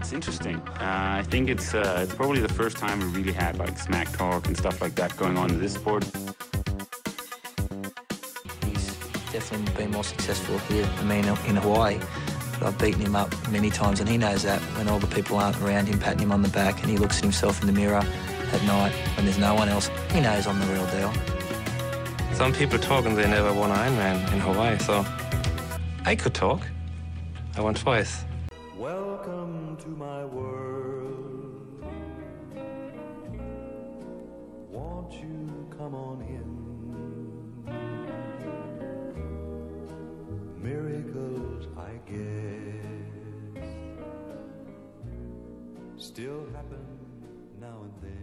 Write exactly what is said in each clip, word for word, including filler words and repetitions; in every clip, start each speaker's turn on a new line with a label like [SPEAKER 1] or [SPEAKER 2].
[SPEAKER 1] It's interesting. Uh, I think it's uh, it's probably the first time we really had like smack talk and stuff like that going on in this sport.
[SPEAKER 2] He's definitely been more successful here than me in Hawaii. But I've beaten him up many times, and he knows that when all the people aren't around him patting him on the back and he looks at himself in the mirror at night when there's no one else, he knows I'm the real deal.
[SPEAKER 3] Some people talk and they never won Ironman in Hawaii, so I could talk. I won twice.
[SPEAKER 4] Welcome to my world. Won't you come on in? Miracles, I guess, still happen now and then.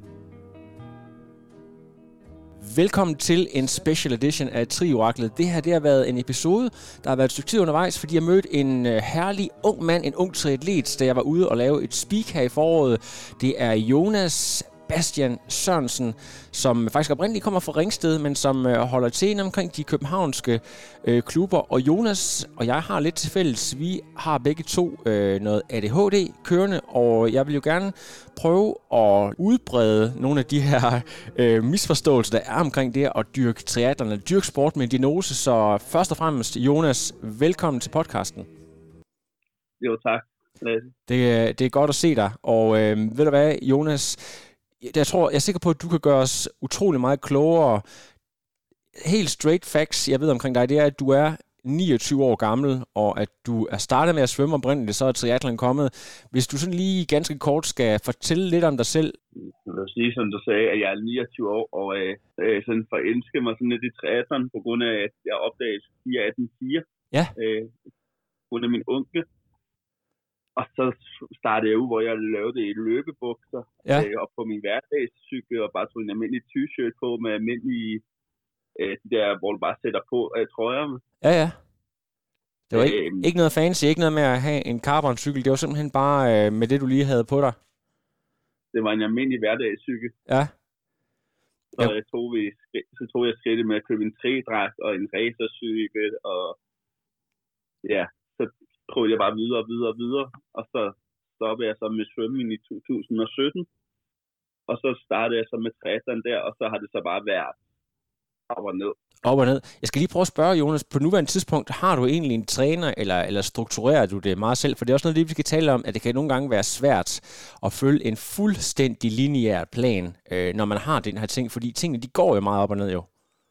[SPEAKER 5] Velkommen til en special edition af Trioraklet. Det her det har været en episode, der har været et stykke tid undervejs, fordi jeg mødte en herlig ung mand, en ung triatlet, da jeg var ude og lave et speak her i foråret. Det er Jonas Bastian Sørensen, som faktisk oprindeligt kommer fra Ringsted, men som øh, holder til omkring de københavnske øh, klubber. Og Jonas og jeg har lidt til fælles. Vi har begge to øh, noget A D H D kørende, og jeg vil jo gerne prøve at udbrede nogle af de her øh, misforståelser, der er omkring det at dyrke triathlon, eller dyrke sport med en diagnose. Så først og fremmest, Jonas, velkommen til podcasten.
[SPEAKER 6] Jo, tak.
[SPEAKER 5] Det, det er godt at se dig, og øh, ved du hvad, Jonas, jeg tror, jeg er sikker på, at du kan gøre os utrolig meget klogere. Helt straight facts, jeg ved omkring dig, det er, at du er niogtyve år gammel, og at du er startet med at svømme oprindeligt, så er triathlon kommet. Hvis du sådan lige ganske kort skal fortælle lidt om dig selv.
[SPEAKER 6] Jeg vil sige, som du sagde, at jeg er niogtyve år, og øh, sådan forelsker mig sådan lidt i triathlon, på grund af, at jeg opdagede fire atten fire.
[SPEAKER 5] Ja.
[SPEAKER 6] Øh, på grund af min onkel. Og så startede jeg ud, hvor jeg lavede det i løbebukser,
[SPEAKER 5] ja.
[SPEAKER 6] øh, og på min hverdagscykel, og bare tog en almindelig t-shirt på, med almindelige, øh, de der, hvor du bare sætter på øh, trøjer.
[SPEAKER 5] Ja, ja. Det var ikke, øh, ikke noget fancy, ikke noget med at have en carbon-cykel, det var simpelthen bare øh, med det, du lige havde på dig.
[SPEAKER 6] Det var en almindelig hverdagscykel.
[SPEAKER 5] Ja.
[SPEAKER 6] Så, ja. Jeg tog vi, så tog jeg skridtet med at købe en trædragt og en racercykel, og ja, så prøvede jeg bare videre og videre og videre, og så stoppede jeg så med svømning i to tusind sytten, og så startede jeg så med triathlon der, og så har det så bare været op og ned.
[SPEAKER 5] Op og ned. Jeg skal lige prøve at spørge, Jonas, på nuværende tidspunkt, har du egentlig en træner, eller, eller strukturerer du det meget selv? For det er også noget, vi skal tale om, at det kan nogle gange være svært at følge en fuldstændig lineær plan, øh, når man har den her ting, fordi tingene, de går jo meget op og ned jo.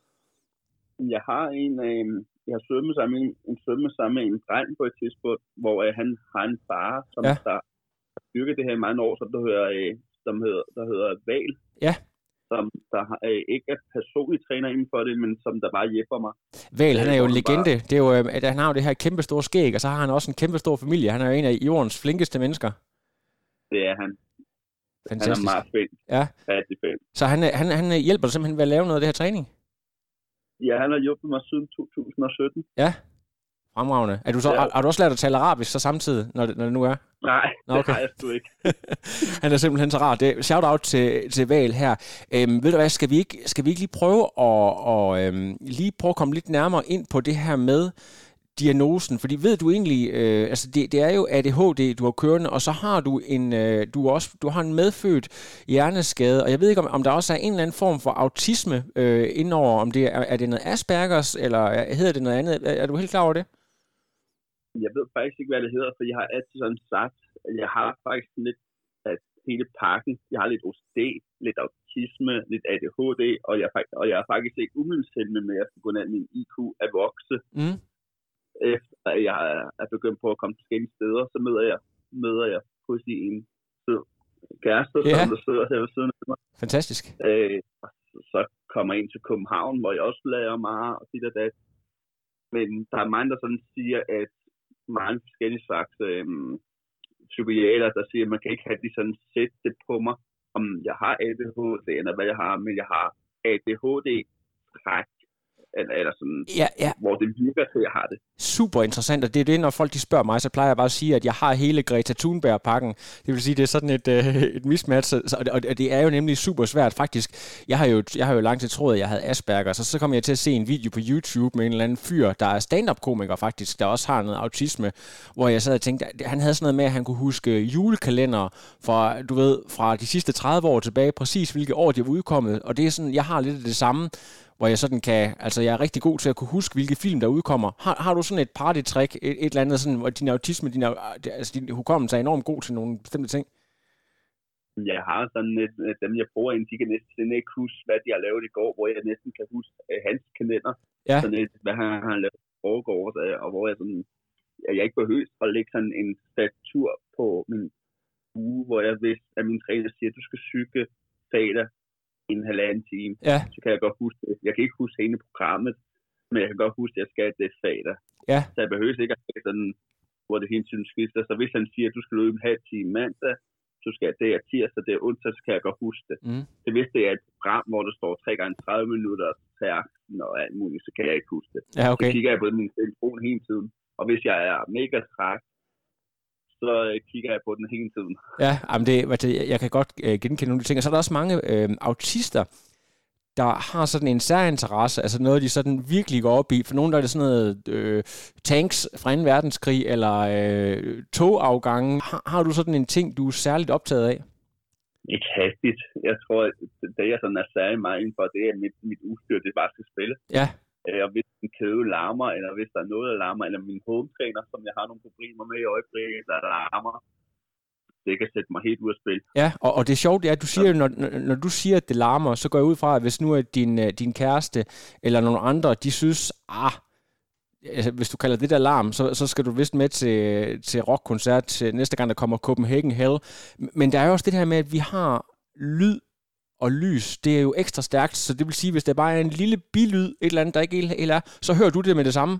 [SPEAKER 6] Jeg har en... Øh... Jeg har svømmet sammen med en, svømmet sammen med en dreng på et tidspunkt, hvor øh, han har en far, som ja. der har styrket det her i mange år, som der hedder, øh, som hedder, der hedder Val.
[SPEAKER 5] Ja.
[SPEAKER 6] Som der øh, ikke er personlig træner inden for det, men som der bare hjælper mig.
[SPEAKER 5] Val, han er jo en legende. Bare... Det er jo, at han har jo det her kæmpe store skæg, og så har han også en kæmpe stor familie. Han er jo en af jordens flinkeste mennesker.
[SPEAKER 6] Det er han.
[SPEAKER 5] Fantastisk.
[SPEAKER 6] Han er meget flink.
[SPEAKER 5] Ja.
[SPEAKER 6] Rigtig flink.
[SPEAKER 5] Så han, han, han hjælper dig simpelthen ved at lave noget af det her træning?
[SPEAKER 6] Ja, han har hjulpet mig siden to tusind sytten.
[SPEAKER 5] Ja, fremragende. Er du så, ja. har, har du også lært at tale arabisk så samtidig, når det, når det nu er?
[SPEAKER 6] Nej,
[SPEAKER 5] Nå, okay.
[SPEAKER 6] Det har jeg sgu ikke.
[SPEAKER 5] Han er simpelthen så rar. Det, shout out til, til Val her. Øhm, ved du hvad, skal vi ikke, skal vi ikke lige prøve at og, øhm, lige prøve at komme lidt nærmere ind på det her med diagnosen, fordi ved du egentlig, øh, altså det, det er jo A D H D, du har kørende, og så har du en, øh, du også, du har en medfødt hjerneskade, og jeg ved ikke, om, om der også er en eller anden form for autisme øh, indover, om det er, er det noget Aspergers, eller hedder det noget andet? Er, er du helt klar over det?
[SPEAKER 6] Jeg ved faktisk ikke, hvad det hedder, for jeg har altid sådan sagt, at jeg har faktisk lidt af hele pakken. Jeg har lidt O C D, lidt autisme, lidt A D H D, og jeg, og jeg er faktisk ikke umiddelbart med at begynde at min I Q er vokse. Mm. Efter at jeg er begyndt på at komme til forskellige steder, så møder jeg, møder jeg pludselig en sød kæreste, yeah. som der sidder her ved siden af mig.
[SPEAKER 5] Fantastisk.
[SPEAKER 6] Øh, så kommer jeg ind til København, hvor jeg også lærer meget og dit og dat. Men der er mange, der sådan siger, at mange forskellige slags øh, psykiater, der siger, at man kan ikke have de sådan sætte det på mig, om jeg har A D H D eller hvad jeg har, men jeg har A D H D-træk eller, eller sådan,
[SPEAKER 5] ja, ja.
[SPEAKER 6] hvor det virker til, at jeg har det.
[SPEAKER 5] Super interessant, og det er det, når folk de spørger mig, så plejer jeg bare at sige, at jeg har hele Greta Thunberg-pakken. Det vil sige, det er sådan et, øh, et mismatch, og det er jo nemlig super svært. Faktisk, jeg har jo, jeg har jo langt til troet, at jeg havde Asperger, så så kom jeg til at se en video på YouTube med en eller anden fyr, der er stand-up-komiker faktisk, der også har noget autisme, hvor jeg sad og tænkte, at han havde sådan noget med, at han kunne huske julekalender fra, du ved, fra de sidste tredive år tilbage, præcis hvilke år de var udkommet, og det er sådan, jeg har lidt af det samme, hvor jeg sådan kan, altså jeg er rigtig god til at kunne huske, hvilke film der udkommer. Har, har du sådan et party-trick, et, et eller andet sådan, hvor din autisme, din, altså din hukommelse er enormt god til nogle bestemte ting?
[SPEAKER 6] Jeg har sådan et, dem jeg bruger ind, de kan næsten ikke huske, hvad de har lavet i går, hvor jeg næsten kan huske uh, hans kalender.
[SPEAKER 5] Ja.
[SPEAKER 6] Sådan et, hvad han har lavet i foregår, og hvor jeg sådan, jeg ikke behøver at lægge sådan en statur på min uge, hvor jeg vidste, at min træner siger, at du skal cykle fredag en halvanden time,
[SPEAKER 5] ja.
[SPEAKER 6] Så kan jeg godt huske det. Jeg kan ikke huske hele programmet, men jeg kan godt huske, at jeg skal det fredag.
[SPEAKER 5] Ja.
[SPEAKER 6] Så jeg behøver ikke at have sådan, hvor det hele tiden skifter. Så hvis han siger, at du skal løbe en halv time mandag, så skal jeg det er tirsdag, det er onsdag, så kan jeg godt huske det.
[SPEAKER 5] Mm.
[SPEAKER 6] Det hvis det er et program, hvor der står tre gange tredive minutter til aften og alt muligt, så kan jeg ikke huske det.
[SPEAKER 5] Ja, okay.
[SPEAKER 6] Så kigger jeg på min telefon hele tiden. Og hvis jeg er mega træt, så kigger jeg på den hele tiden.
[SPEAKER 5] Ja, jamen det, jeg kan godt øh, genkende nogle af de ting. Og så er der også mange øh, autister, der har sådan en særinteresse, altså noget, de sådan virkelig går op i. For nogle der er det sådan noget øh, tanks fra anden verdenskrig, eller øh, togafgange. Har, har du sådan en ting, du er særligt optaget af?
[SPEAKER 6] Ikke hastigt. Jeg tror, at det jeg sådan er særlig meget inden for, det er mit, mit udstyr, det bare skal spille.
[SPEAKER 5] Ja.
[SPEAKER 6] Og hvis en kæde larmer, eller hvis der er noget, der larmer, eller min hometræner, som jeg har nogle problemer med i øjeblikket, der larmer, det kan sætte mig helt ud af spil.
[SPEAKER 5] Ja, og, og det er sjovt, det er, at du siger, når, når du siger, at det larmer, så går jeg ud fra, at hvis nu er din, din kæreste eller nogle andre, de synes, ah, altså, hvis du kalder det der larm, så, så skal du vist med til, til rockkoncert til næste gang, der kommer Copenhagen Hell. Men der er jo også det her med, at vi har lyd og lys, det er jo ekstra stærkt, så det vil sige, hvis der bare er en lille bilyd, et eller andet, der ikke helt er, så hører du det med det samme?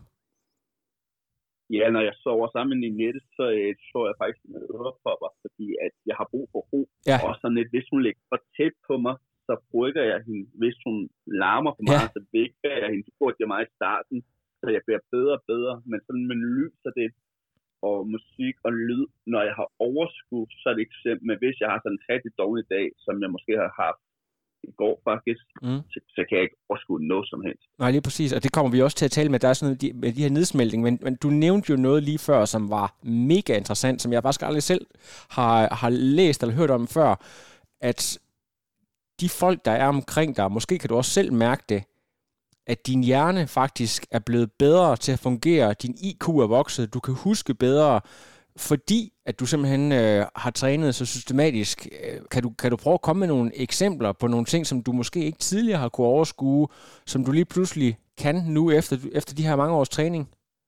[SPEAKER 6] Ja, når jeg sover sammen med Ninette, så øh, slår jeg faktisk med ørepropper, fordi at jeg har brug for ro.
[SPEAKER 5] Ja.
[SPEAKER 6] Og sådan lidt, hvis hun ligger for tæt på mig, så brygger jeg hende. Hvis hun larmer for mig, ja. Så vækker jeg hende. Det brugte jeg meget i starten, så jeg bliver bedre og bedre. Men sådan med lyd, så det og musik og lyd, når jeg har overskud, så er det ikke simpelthen, men hvis jeg har sådan en rigtig dårlig dag, som jeg måske har haft i går faktisk, mm. så, så kan jeg ikke overskue noget som helst.
[SPEAKER 5] Nej, lige præcis, og det kommer vi også til at tale med, der er sådan noget, de, med de her nedsmeltning, men, men du nævnte jo noget lige før, som var mega interessant, som jeg faktisk aldrig selv har, har læst eller hørt om før, at de folk, der er omkring dig, måske kan du også selv mærke det, at din hjerne faktisk er blevet bedre til at fungere, din I Q er vokset, du kan huske bedre, fordi at du simpelthen øh, har trænet så systematisk. Kan du, kan du prøve at komme med nogle eksempler på nogle ting, som du måske ikke tidligere har kunne overskue, som du lige pludselig kan nu efter, efter de her mange års træning?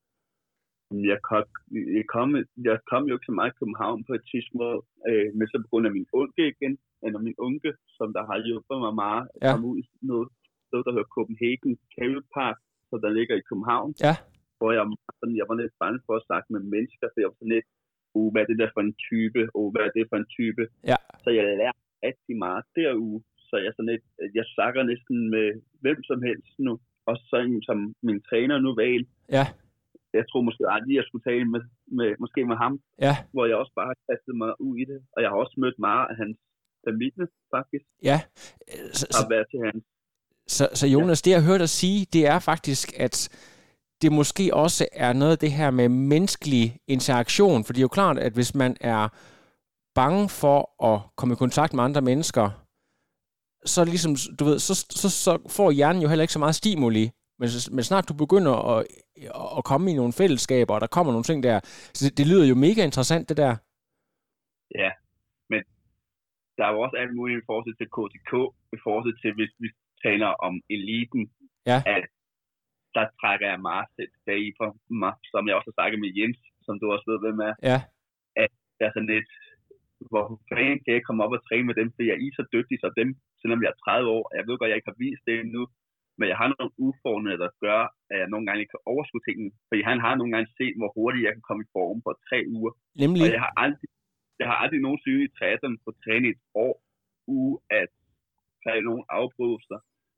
[SPEAKER 6] Jeg kom, jeg kom, jeg kom jo ikke så meget i København på et tidspunkt, øh, men så på grund af min onkel igen, eller min onkel, som der har hjulpet mig meget, at ja. komme ud i noget sted, der hedder Copenhagen Cable Park, så der ligger i København.
[SPEAKER 5] Ja.
[SPEAKER 6] Hvor jeg, sådan, jeg var lidt bange for at snakke med mennesker, så jeg var sådan lidt, uh, hvad er det der for en type, uh, hvad er det for en type.
[SPEAKER 5] Ja.
[SPEAKER 6] Så jeg lærte rigtig meget derude, så jeg sådan lidt, jeg snakker næsten med hvem som helst nu, og sådan som min træner nu valg.
[SPEAKER 5] Ja.
[SPEAKER 6] Jeg tror måske aldrig, jeg skulle tale med, med, måske med ham,
[SPEAKER 5] ja.
[SPEAKER 6] Hvor jeg også bare har kastet mig ud i det, og jeg har også mødt meget af hans familie, faktisk.
[SPEAKER 5] Ja.
[SPEAKER 6] Så, har været til hans.
[SPEAKER 5] Så, så Jonas, ja. Det jeg hørte dig sige, det er faktisk, at det måske også er noget af det her med menneskelig interaktion, for det er jo klart, at hvis man er bange for at komme i kontakt med andre mennesker, så ligesom, du ved, så, så, så får hjernen jo heller ikke så meget stimuli, men, men snart du begynder at, at komme i nogle fællesskaber, og der kommer nogle ting der, så det, det lyder jo mega interessant, det der.
[SPEAKER 6] Ja, men der er jo også alt muligt i forhold til K T K, i forhold til, hvis vi taler om eliten,
[SPEAKER 5] ja.
[SPEAKER 6] At der trækker jeg meget selv tilbage for mig, som jeg også har sagt med Jens, som du også ved, hvem er.
[SPEAKER 5] Ja.
[SPEAKER 6] At der er sådan lidt, hvor fanden kan jeg komme op og træne med dem, fordi jeg er så dygtig som dem, selvom jeg er tredive år. Jeg ved godt, jeg ikke har vist det endnu, men jeg har nogle udfordringer, der gør, at jeg nogle gange ikke kan overskue tingene. Fordi han har nogle gange set, hvor hurtigt jeg kan komme i form på tre uger.
[SPEAKER 5] Nemlig.
[SPEAKER 6] Og jeg har aldrig, jeg har aldrig nogensinde i triathlon på træne et år, uge at have nogle afbrydelser.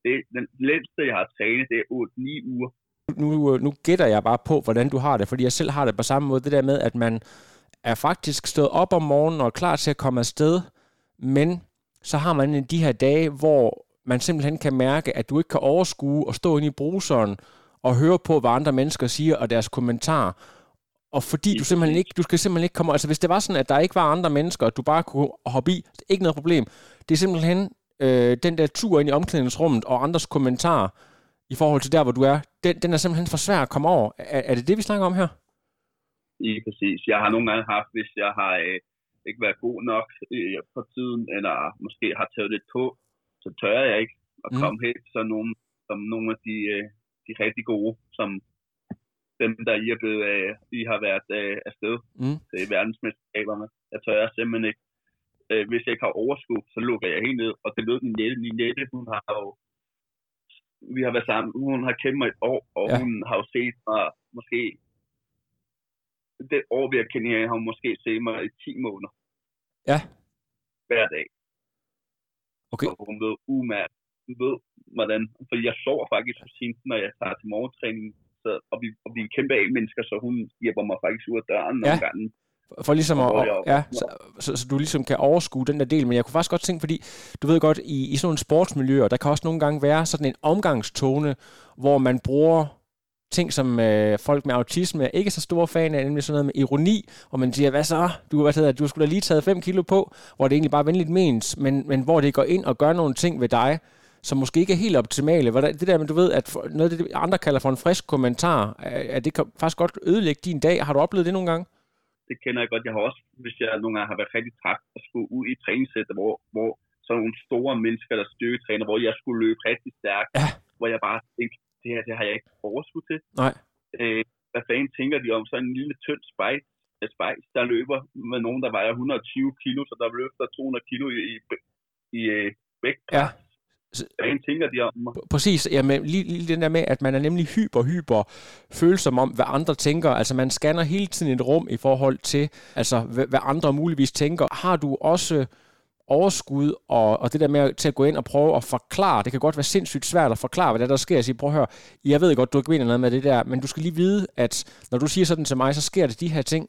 [SPEAKER 6] det, den længste, jeg har trænet, det er otte ni uger.
[SPEAKER 5] Nu, nu gætter jeg bare på, hvordan du har det, fordi jeg selv har det på samme måde. Det der med, at man er faktisk stået op om morgenen og er klar til at komme afsted, men så har man de her dage, hvor man simpelthen kan mærke, at du ikke kan overskue og stå inde i bruseren og høre på, hvad andre mennesker siger og deres kommentarer. Og fordi du simpelthen ikke, du skal simpelthen ikke komme... Altså hvis det var sådan, at der ikke var andre mennesker, at du bare kunne hoppe i, det er ikke noget problem. Det er simpelthen øh, den der tur ind i omklædningsrummet og andres kommentarer i forhold til der, hvor du er, den, den er simpelthen for svær at komme over. Er, er det det, vi snakker om her?
[SPEAKER 6] Ja, præcis. Jeg har nogle gange haft, hvis jeg har øh, ikke været god nok øh, på tiden, eller måske har taget lidt på, så tør jeg ikke at mm. komme helt så nogen, som nogle af de, øh, de rigtig gode, som dem, der I er blevet, øh, I har været øh, afsted mm. til verdensmesterskaberne. Jeg tør jeg simpelthen ikke. Øh, hvis jeg ikke har overskud, så lukker jeg helt ned, og det lød min Nette. Min Nette, hun har jo, vi har været sammen, hun har kendt mig et år, og ja. Hun har jo set mig måske, det år vi har kendt hende, har hun måske set mig i ti måneder.
[SPEAKER 5] Ja.
[SPEAKER 6] Hver dag.
[SPEAKER 5] Okay.
[SPEAKER 6] Og hun ved umærket, hun ved hvordan, for jeg sover faktisk hos hende, når jeg tager til morgentræning, så, og, vi, og vi er kæmpe A-mennesker, så hun hjælper mig faktisk ud af døren nogle
[SPEAKER 5] ja.
[SPEAKER 6] gange.
[SPEAKER 5] For ligesom at, ja, så, så, så du ligesom kan overskue den der del, men jeg kunne faktisk godt tænke, fordi du ved godt, i, i sådan nogle sportsmiljøer, der kan også nogle gange være sådan en omgangstone, hvor man bruger ting, som øh, folk med autisme er ikke så store fan af, nemlig sådan noget med ironi, og man siger, hvad så? Du, hvad hedder, du skulle da lige taget fem kilo på, hvor det egentlig bare er venligt ment, men, men hvor det går ind og gør nogle ting ved dig, som måske ikke er helt optimale. Det der, men du ved, at noget af det, andre kalder for en frisk kommentar, at det kan faktisk godt ødelægge din dag. Har du oplevet det nogle gange?
[SPEAKER 6] Det kender jeg godt. Jeg har også, hvis jeg nogle gange har været rigtig træt og skulle ud i træningssæt, hvor, hvor sådan nogle store mennesker, der styrketræner, hvor jeg skulle løbe rigtig stærkt, ja. Hvor jeg bare tænkte, det her, det har jeg ikke overskud til.
[SPEAKER 5] Nej.
[SPEAKER 6] Øh, hvad fanden tænker de om sådan en lille tynd spejs, spejs, der løber med nogen, der vejer et hundrede og tyve kilo, så der løfter to hundrede kilo i, i, i, i vægtpres. Ja. Hvad tænker de om mig?
[SPEAKER 5] Præcis, jamen lige, lige den der med, at man er nemlig hyper, hyper følsom om, hvad andre tænker. Altså man scanner hele tiden et rum i forhold til, altså hvad, hvad andre muligvis tænker. Har du også overskud og, og det der med til at gå ind og prøve at forklare, det kan godt være sindssygt svært at forklare, hvad der, der sker. Jeg siger, prøv at høre, jeg ved godt, du ikke mener noget med det der, men du skal lige vide, at når du siger sådan til mig, så sker det de her ting.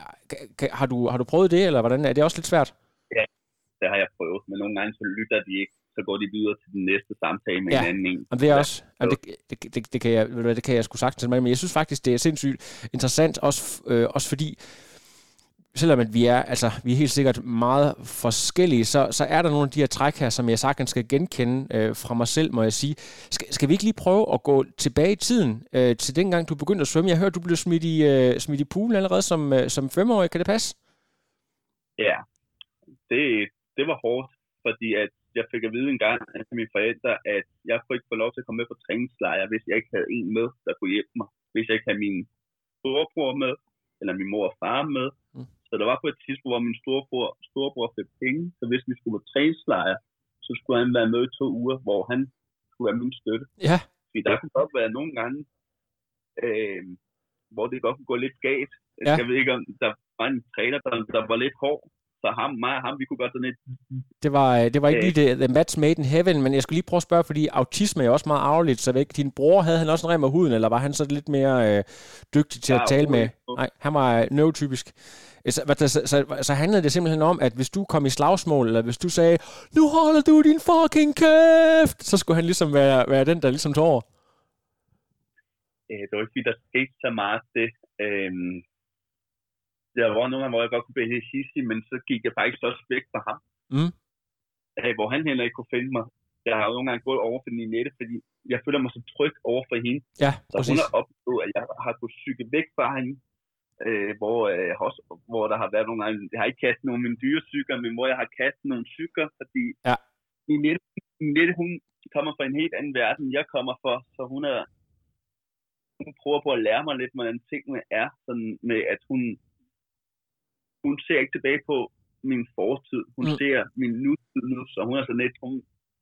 [SPEAKER 5] Har du, har du prøvet det, eller hvordan? Er det også lidt svært?
[SPEAKER 6] Ja, det har jeg prøvet, men nogle gange så lytter de ikke. Så går de videre til den næste samtale med ja, en anden en.
[SPEAKER 5] Og det er også, ja. det, det, det, det, kan jeg, det kan jeg sgu sagt til mig, men jeg synes faktisk, det er sindssygt interessant, også, øh, også fordi, selvom at vi er, altså, vi er helt sikkert meget forskellige, så, så er der nogle af de her træk her, som jeg sagtens skal genkende øh, fra mig selv, må jeg sige. Skal, skal vi ikke lige prøve at gå tilbage i tiden, øh, til dengang du begyndte at svømme? Jeg hørte, du blev smidt i, øh, smidt i poolen allerede som, øh, som femårig. Kan det passe?
[SPEAKER 6] Ja, det, det var hårdt, fordi at jeg fik at vide en gang af mine forældre, at jeg kunne ikke få lov til at komme med på træningslejre, hvis jeg ikke havde en med, der kunne hjælpe mig. Hvis jeg ikke havde min storebror med, eller min mor og far med. Mm. Så der var på et tidspunkt, hvor min storebror, storebror fik penge, så hvis vi skulle på træningslejre, så skulle han være med i to uger, hvor han skulle være min støtte.
[SPEAKER 5] Ja.
[SPEAKER 6] Fordi der kunne godt være nogle gange, øh, hvor det godt kunne gå lidt galt. Ja. Jeg ved ikke, om der var en træner, der, der var lidt hård. Så ham, mig og ham, vi kunne godt sådan lidt...
[SPEAKER 5] Det var, det var ikke lige the, the match made in heaven, men jeg skulle lige prøve at spørge, fordi autisme er også meget arveligt, så væk. Din bror, havde han også en rem af huden, eller var han så lidt mere øh, dygtig til ja, at tale med? Nej, han var neurotypisk. Så, så, så, så, så handlede det simpelthen om, at hvis du kom i slagsmål, eller hvis du sagde, nu holder du din fucking kæft, så skulle han ligesom være, være den, der ligesom tog over.
[SPEAKER 6] Det var ikke fordi, der skete så meget det. Øhm Der var nogle gange, hvor jeg godt kunne blive helt hissig, men så gik jeg faktisk også væk fra ham.
[SPEAKER 5] Mm.
[SPEAKER 6] Hey, hvor han heller ikke kunne finde mig. Jeg har jo nogle gange gået over for min Nette, fordi jeg føler mig så tryg over for hende.
[SPEAKER 5] Ja,
[SPEAKER 6] så hun har oplevet, at jeg har kunnet cykle væk fra hende. Øh, hvor, øh, også, hvor der har været nogle gange, jeg har ikke kastet nogle af mine dyre cykler, men hvor jeg har kastet nogle cykler, fordi
[SPEAKER 5] ja.
[SPEAKER 6] min, Nette, min Nette, hun kommer fra en helt anden verden, jeg kommer fra, så hun er, hun prøver på at lære mig lidt, hvordan tingene er, sådan med at hun Hun ser ikke tilbage på min fortid. Hun mm. ser min nutid nu, så hun er sådan lidt, hun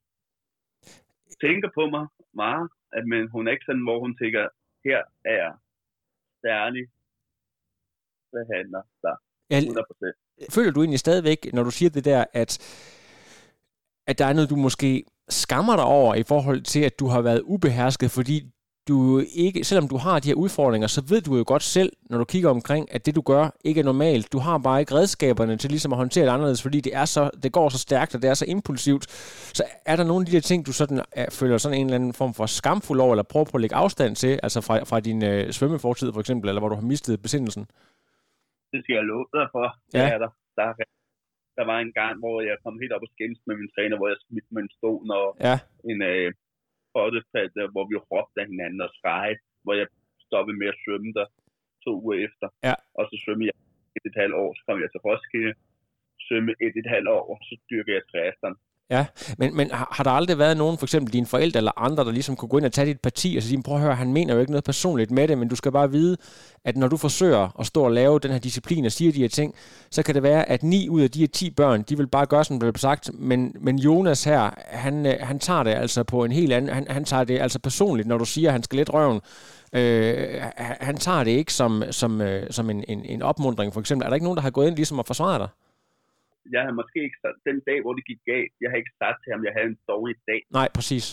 [SPEAKER 6] tænker på mig meget, at, men hun er ikke sådan, hvor hun tænker, her er jeg særlig behandler dig hundrede procent.
[SPEAKER 5] Føler du egentlig stadigvæk, når du siger det der, at, at der er noget, du måske skammer dig over i forhold til, at du har været ubehersket, fordi du ikke, selvom du har de her udfordringer, så ved du jo godt selv, når du kigger omkring, at det du gør ikke er normalt. Du har bare ikke redskaberne til ligesom at håndtere det anderledes, fordi det er så, det går så stærkt, og det er så impulsivt. Så er der nogle af de der ting, du sådan er, føler sådan en eller anden form for skamfuld over, eller prøver på at lægge afstand til, altså fra, fra din øh, svømmefortid for eksempel, eller hvor du har mistet besindelsen?
[SPEAKER 6] Det skal jeg love dig for.
[SPEAKER 5] Ja.
[SPEAKER 6] Det er der. Der, der var en gang, hvor jeg kom helt op og skændes med min træner, hvor jeg smidte med en stol og
[SPEAKER 5] ja.
[SPEAKER 6] en øh, pottefald, hvor vi råbte af hinanden og skreg, hvor jeg stoppede med at svømme der to uger efter.
[SPEAKER 5] Ja.
[SPEAKER 6] Og så svømmede jeg et et halvt år, så kom jeg til Roskilde, svømme et et halvt år, og så dyrker jeg triathlon.
[SPEAKER 5] Ja, men, men har, har der aldrig været nogen, for eksempel dine forældre eller andre, der ligesom kunne gå ind og tage dit parti og sige, prøv at høre, han mener jo ikke noget personligt med det, men du skal bare vide, at når du forsøger at stå og lave den her disciplin og siger de her ting, så kan det være, at ni ud af de her ti børn, de vil bare gøre, som det bliver sagt, men, men Jonas her, han, han tager det altså på en helt anden, han, han tager det altså personligt, når du siger, at han skal lidt røven. Øh, han tager det ikke som, som, som en, en, en opmuntring, for eksempel. Er der ikke nogen, der har gået ind ligesom og forsvaret dig?
[SPEAKER 6] Jeg har måske ikke sagt, den dag, hvor det gik galt, jeg har ikke sagt til ham, jeg havde en dårlig dag.
[SPEAKER 5] Nej, præcis.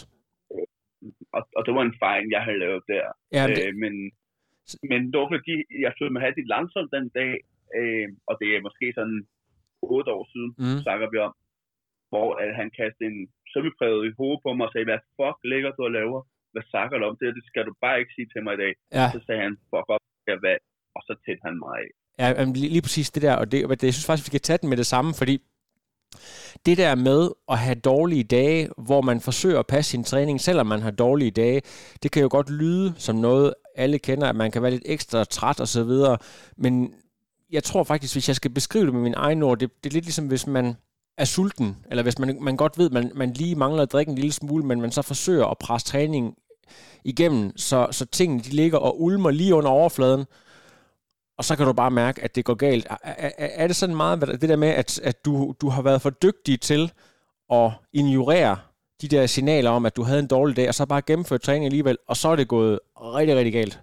[SPEAKER 6] Og, og det var en fejl, jeg havde lavet der.
[SPEAKER 5] Ja, det...
[SPEAKER 6] øh, men, men det var fordi, jeg følte mig rigtig langsomt den dag, øh, og det er måske sådan otte år siden, mm. snakker vi om, hvor at han kastede en svømmepræget i hovedet på mig og sagde, hvad fuck ligger du og laver? Hvad snakker du om det? Det skal du bare ikke sige til mig i dag.
[SPEAKER 5] Ja.
[SPEAKER 6] Så sagde han, fuck op, hvad? Og så tætte han mig af.
[SPEAKER 5] Ja, lige, lige præcis det der, og det, det, jeg synes faktisk, vi kan tage den med det samme, fordi det der med at have dårlige dage, hvor man forsøger at passe sin træning, selvom man har dårlige dage, det kan jo godt lyde som noget, alle kender, at man kan være lidt ekstra træt og så videre, men jeg tror faktisk, hvis jeg skal beskrive det med min egen ord, det, det er lidt ligesom, hvis man er sulten, eller hvis man, man godt ved, at man, man lige mangler at drikke en lille smule, men man så forsøger at presse træning igennem, så, så tingene de ligger og ulmer lige under overfladen, og så kan du bare mærke, at det går galt. Er, er, er det sådan meget det der med, at, at du, du har været for dygtig til at ignorere de der signaler om, at du havde en dårlig dag, og så bare gennemført træning alligevel, og så er det gået rigtig, rigtig galt?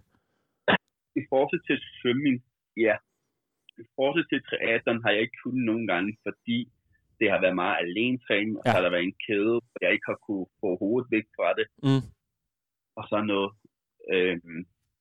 [SPEAKER 6] I forhold til svømning, ja. I forhold til triathlon har jeg ikke kunnet nogle gange, fordi det har været meget alene træning, og ja. Så har der været en kæde, hvor jeg ikke har kunne få hovedet væk fra det. Mm. Og sådan noget. Øhm,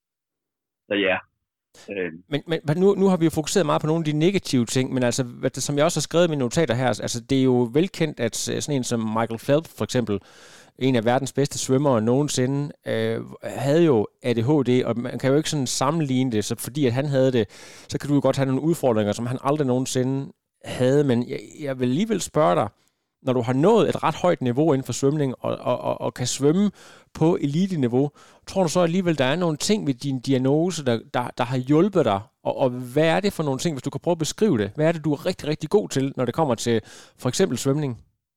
[SPEAKER 6] så ja.
[SPEAKER 5] Men, men nu, nu har vi jo fokuseret meget på nogle af de negative ting, men altså, som jeg også har skrevet i mine notater her, altså det er jo velkendt, at sådan en som Michael Phelps for eksempel, en af verdens bedste svømmere nogensinde, øh, havde jo A D H D, og man kan jo ikke sådan sammenligne det, så fordi at han havde det, så kan du jo godt have nogle udfordringer, som han aldrig nogensinde havde, men jeg, jeg vil alligevel spørge dig, når du har nået et ret højt niveau inden for svømning, og, og, og, og kan svømme på elite-niveau, tror du så alligevel, der er nogle ting ved din diagnose, der, der, der har hjulpet dig? Og, og hvad er det for nogle ting, hvis du kan prøve at beskrive det? Hvad er det, du er rigtig, rigtig god til, når det kommer til for eksempel svømning?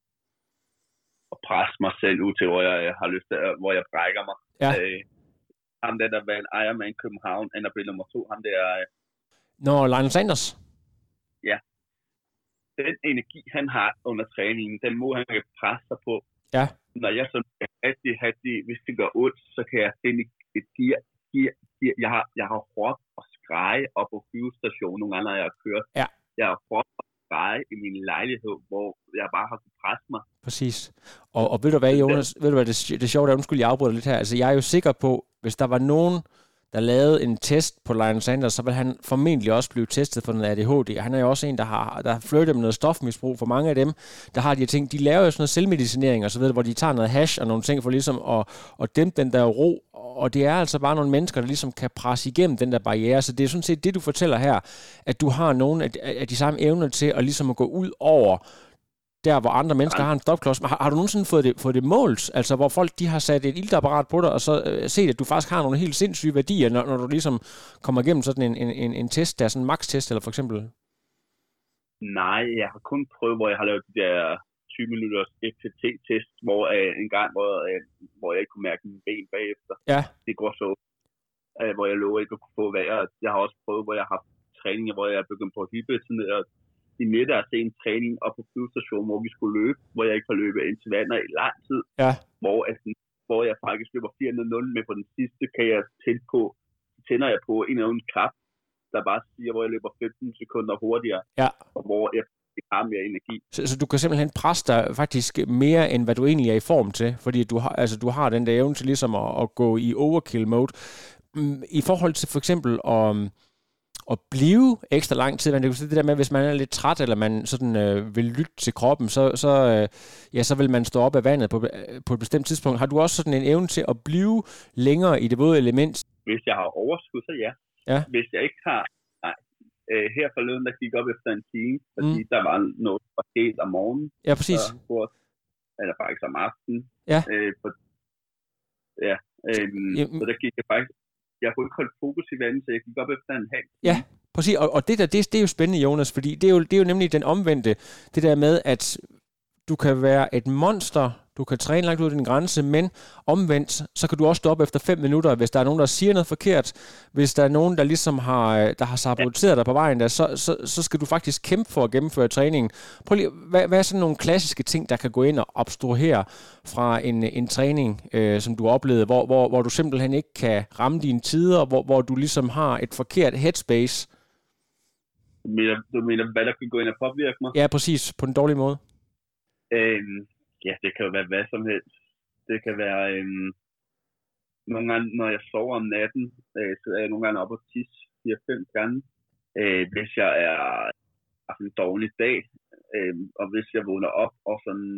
[SPEAKER 6] At presse mig selv ud til, hvor jeg har lyst til, hvor jeg brækker mig.
[SPEAKER 5] Ja.
[SPEAKER 6] Øh, ham der, der var en Ironman København, ender blev nummer to, ham der... Øh...
[SPEAKER 5] Nå, Lionel Sanders?
[SPEAKER 6] Ja. Den energi, han har under træningen, den må han kan presse sig på.
[SPEAKER 5] Ja.
[SPEAKER 6] Når jeg så rigtig, rigtig, hvis det gør ondt, så kan jeg finde et gear, gear, gear. Jeg har, jeg har råbt og skreje op på flyvestationen, nogle andre, jeg har kørt.
[SPEAKER 5] Ja.
[SPEAKER 6] Jeg har råbt og skreje i min lejlighed, hvor jeg bare har kunnet presse mig.
[SPEAKER 5] Præcis. Og, og ved du hvad, Jonas, ved du hvad, det, det er sjovt, at undskyld, jeg afbryder lidt her. Altså, jeg er jo sikker på, hvis der var nogen, der lavede en test på Lionel Sanders, så vil han formentlig også blive testet for noget A D H D. Han er jo også en, der har, der har flirtet med noget stofmisbrug. For mange af dem, der har de her ting, de laver jo sådan noget selvmedicinering og så videre, hvor de tager noget hash og nogle ting for ligesom at, at dæmpe den der ro. Og det er altså bare nogle mennesker, der ligesom kan presse igennem den der barriere. Så det er sådan set det, du fortæller her, at du har nogle af de, af de samme evner til at ligesom at gå ud over der, hvor andre mennesker har en stopklods. Har, har du nogensinde fået det, fået det målt? Altså, hvor folk de har sat et iltapparat på dig, og så øh, set, at du faktisk har nogle helt sindssyge værdier, når, når du ligesom kommer igennem sådan en, en, en, en test, der er sådan en max-test, eller for eksempel?
[SPEAKER 6] Nej, jeg har kun prøvet, hvor jeg har lavet de der tyve minutters F T T-test, hvor øh, en gang, hvor, øh, hvor jeg ikke kunne mærke mine ben bagefter.
[SPEAKER 5] Ja.
[SPEAKER 6] Det går så, øh, hvor jeg lover ikke at kunne få vejret. Jeg har også prøvet, hvor jeg har haft træninger, hvor jeg er begyndt på hyperteneret i middag at se en træning op på flyvestationen, hvor vi skulle løbe, hvor jeg ikke har løbet ind til vandet i lang tid.
[SPEAKER 5] Ja.
[SPEAKER 6] Hvor, altså, hvor jeg faktisk løber fire nul med på den sidste, kan jeg tænde på, så tænder jeg på en eller anden knap, der bare siger, hvor jeg løber femten sekunder hurtigere.
[SPEAKER 5] Ja.
[SPEAKER 6] Og hvor jeg ikke har mere energi.
[SPEAKER 5] Så, så du kan simpelthen presse dig faktisk mere, end hvad du egentlig er i form til, fordi du har, altså, du har den der evne til ligesom at, at gå i overkill mode. I forhold til for eksempel at, at blive ekstra lang tid, men det er det der med, hvis man er lidt træt, eller man sådan øh, vil lytte til kroppen, så, så, øh, ja, så vil man stå op af vandet på, på et bestemt tidspunkt. Har du også sådan en evne til at blive længere i det våde element?
[SPEAKER 6] Hvis jeg har overskud, så ja.
[SPEAKER 5] Ja.
[SPEAKER 6] Hvis jeg ikke har, nej. Øh, her forleden, der gik op efter en time, fordi mm. der var noget for helt om morgenen.
[SPEAKER 5] Ja, præcis.
[SPEAKER 6] Så, hvor, eller faktisk om aftenen.
[SPEAKER 5] Ja.
[SPEAKER 6] Øh, for, ja. Øh, så der gik jeg faktisk, jeg kunne ikke holde fokus i vandet, så jeg gik op efter en halv time.
[SPEAKER 5] Ja, præcis. Og, og det der, det, det er jo spændende, Jonas, fordi det er, jo, det er jo nemlig den omvendte, det der med, at du kan være et monster, du kan træne langt ud af din grænse, men omvendt, så kan du også stoppe efter fem minutter, hvis der er nogen, der siger noget forkert. Hvis der er nogen, der ligesom har, der har saboteret dig på vejen, der, så, så, så skal du faktisk kæmpe for at gennemføre træningen. Prøv lige, hvad, hvad er sådan nogle klassiske ting, der kan gå ind og obstruere fra en, en træning, øh, som du har oplevet, hvor, hvor, hvor du simpelthen ikke kan ramme dine tider, hvor, hvor du ligesom har et forkert headspace?
[SPEAKER 6] Du mener, du mener, hvad der kan gå ind og påvirke mig?
[SPEAKER 5] Ja, præcis. På den dårlige måde.
[SPEAKER 6] Øhm, ja, det kan jo være hvad som helst. Det kan være, øhm, nogle gange, når jeg sover om natten, øh, så er jeg nogle gange oppe og tisse fire fem gange. Øh, hvis jeg er har en dårlig dag, øh, og hvis jeg vågner op og sådan,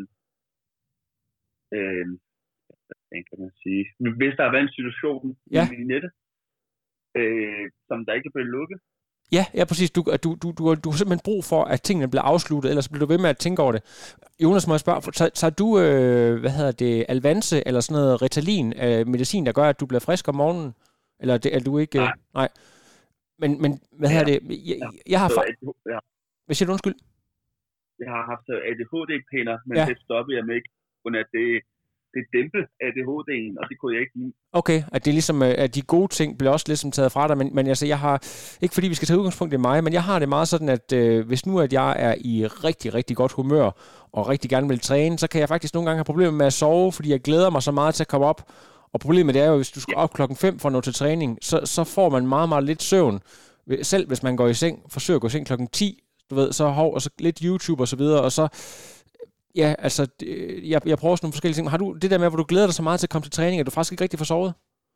[SPEAKER 6] øh, hvad kan man sige, hvis der har været en situation
[SPEAKER 5] ja.
[SPEAKER 6] i nettet, øh, som der ikke er blevet lukket.
[SPEAKER 5] Ja, ja, præcis. Du, du, du, du, du har simpelthen brug for, at tingene bliver afsluttet, ellers bliver du ved med at tænke over det. Jonas, må jeg spørge, tager, tager du, øh, hvad hedder det, Alvanse eller sådan noget Ritalin, øh, medicin, der gør, at du bliver frisk om morgenen? Eller det, er du ikke... Øh,
[SPEAKER 6] nej.
[SPEAKER 5] nej. Men, men, hvad hedder
[SPEAKER 6] ja.
[SPEAKER 5] det? Jeg,
[SPEAKER 6] ja.
[SPEAKER 5] jeg har...
[SPEAKER 6] Fa- ja.
[SPEAKER 5] Hvad siger du, undskyld?
[SPEAKER 6] Jeg har haft A D H D-piller, men
[SPEAKER 5] ja.
[SPEAKER 6] det stoppede jeg med ikke, kun at det... det dæmpede A D H D'en, og det kunne jeg ikke lide.
[SPEAKER 5] Okay, at det ligesom, at de gode ting bliver også ligesom taget fra dig, men, men altså, jeg har, ikke fordi vi skal tage udgangspunkt i mig, men jeg har det meget sådan, at øh, hvis nu, at jeg er i rigtig, rigtig godt humør, og rigtig gerne vil træne, så kan jeg faktisk nogle gange have problemer med at sove, fordi jeg glæder mig så meget til at komme op, og problemet det er jo, hvis du skal op klokken fem for at nå til træning, så, så får man meget, meget lidt søvn. Selv hvis man går i seng, forsøger at gå i seng klokken ti, du ved, så hov, og så lidt YouTube og så videre, og så ja, altså, jeg, jeg prøver sådan nogle forskellige ting. Har du det der med, hvor du glæder dig så meget til at komme til træning, at du faktisk ikke rigtig får sovet?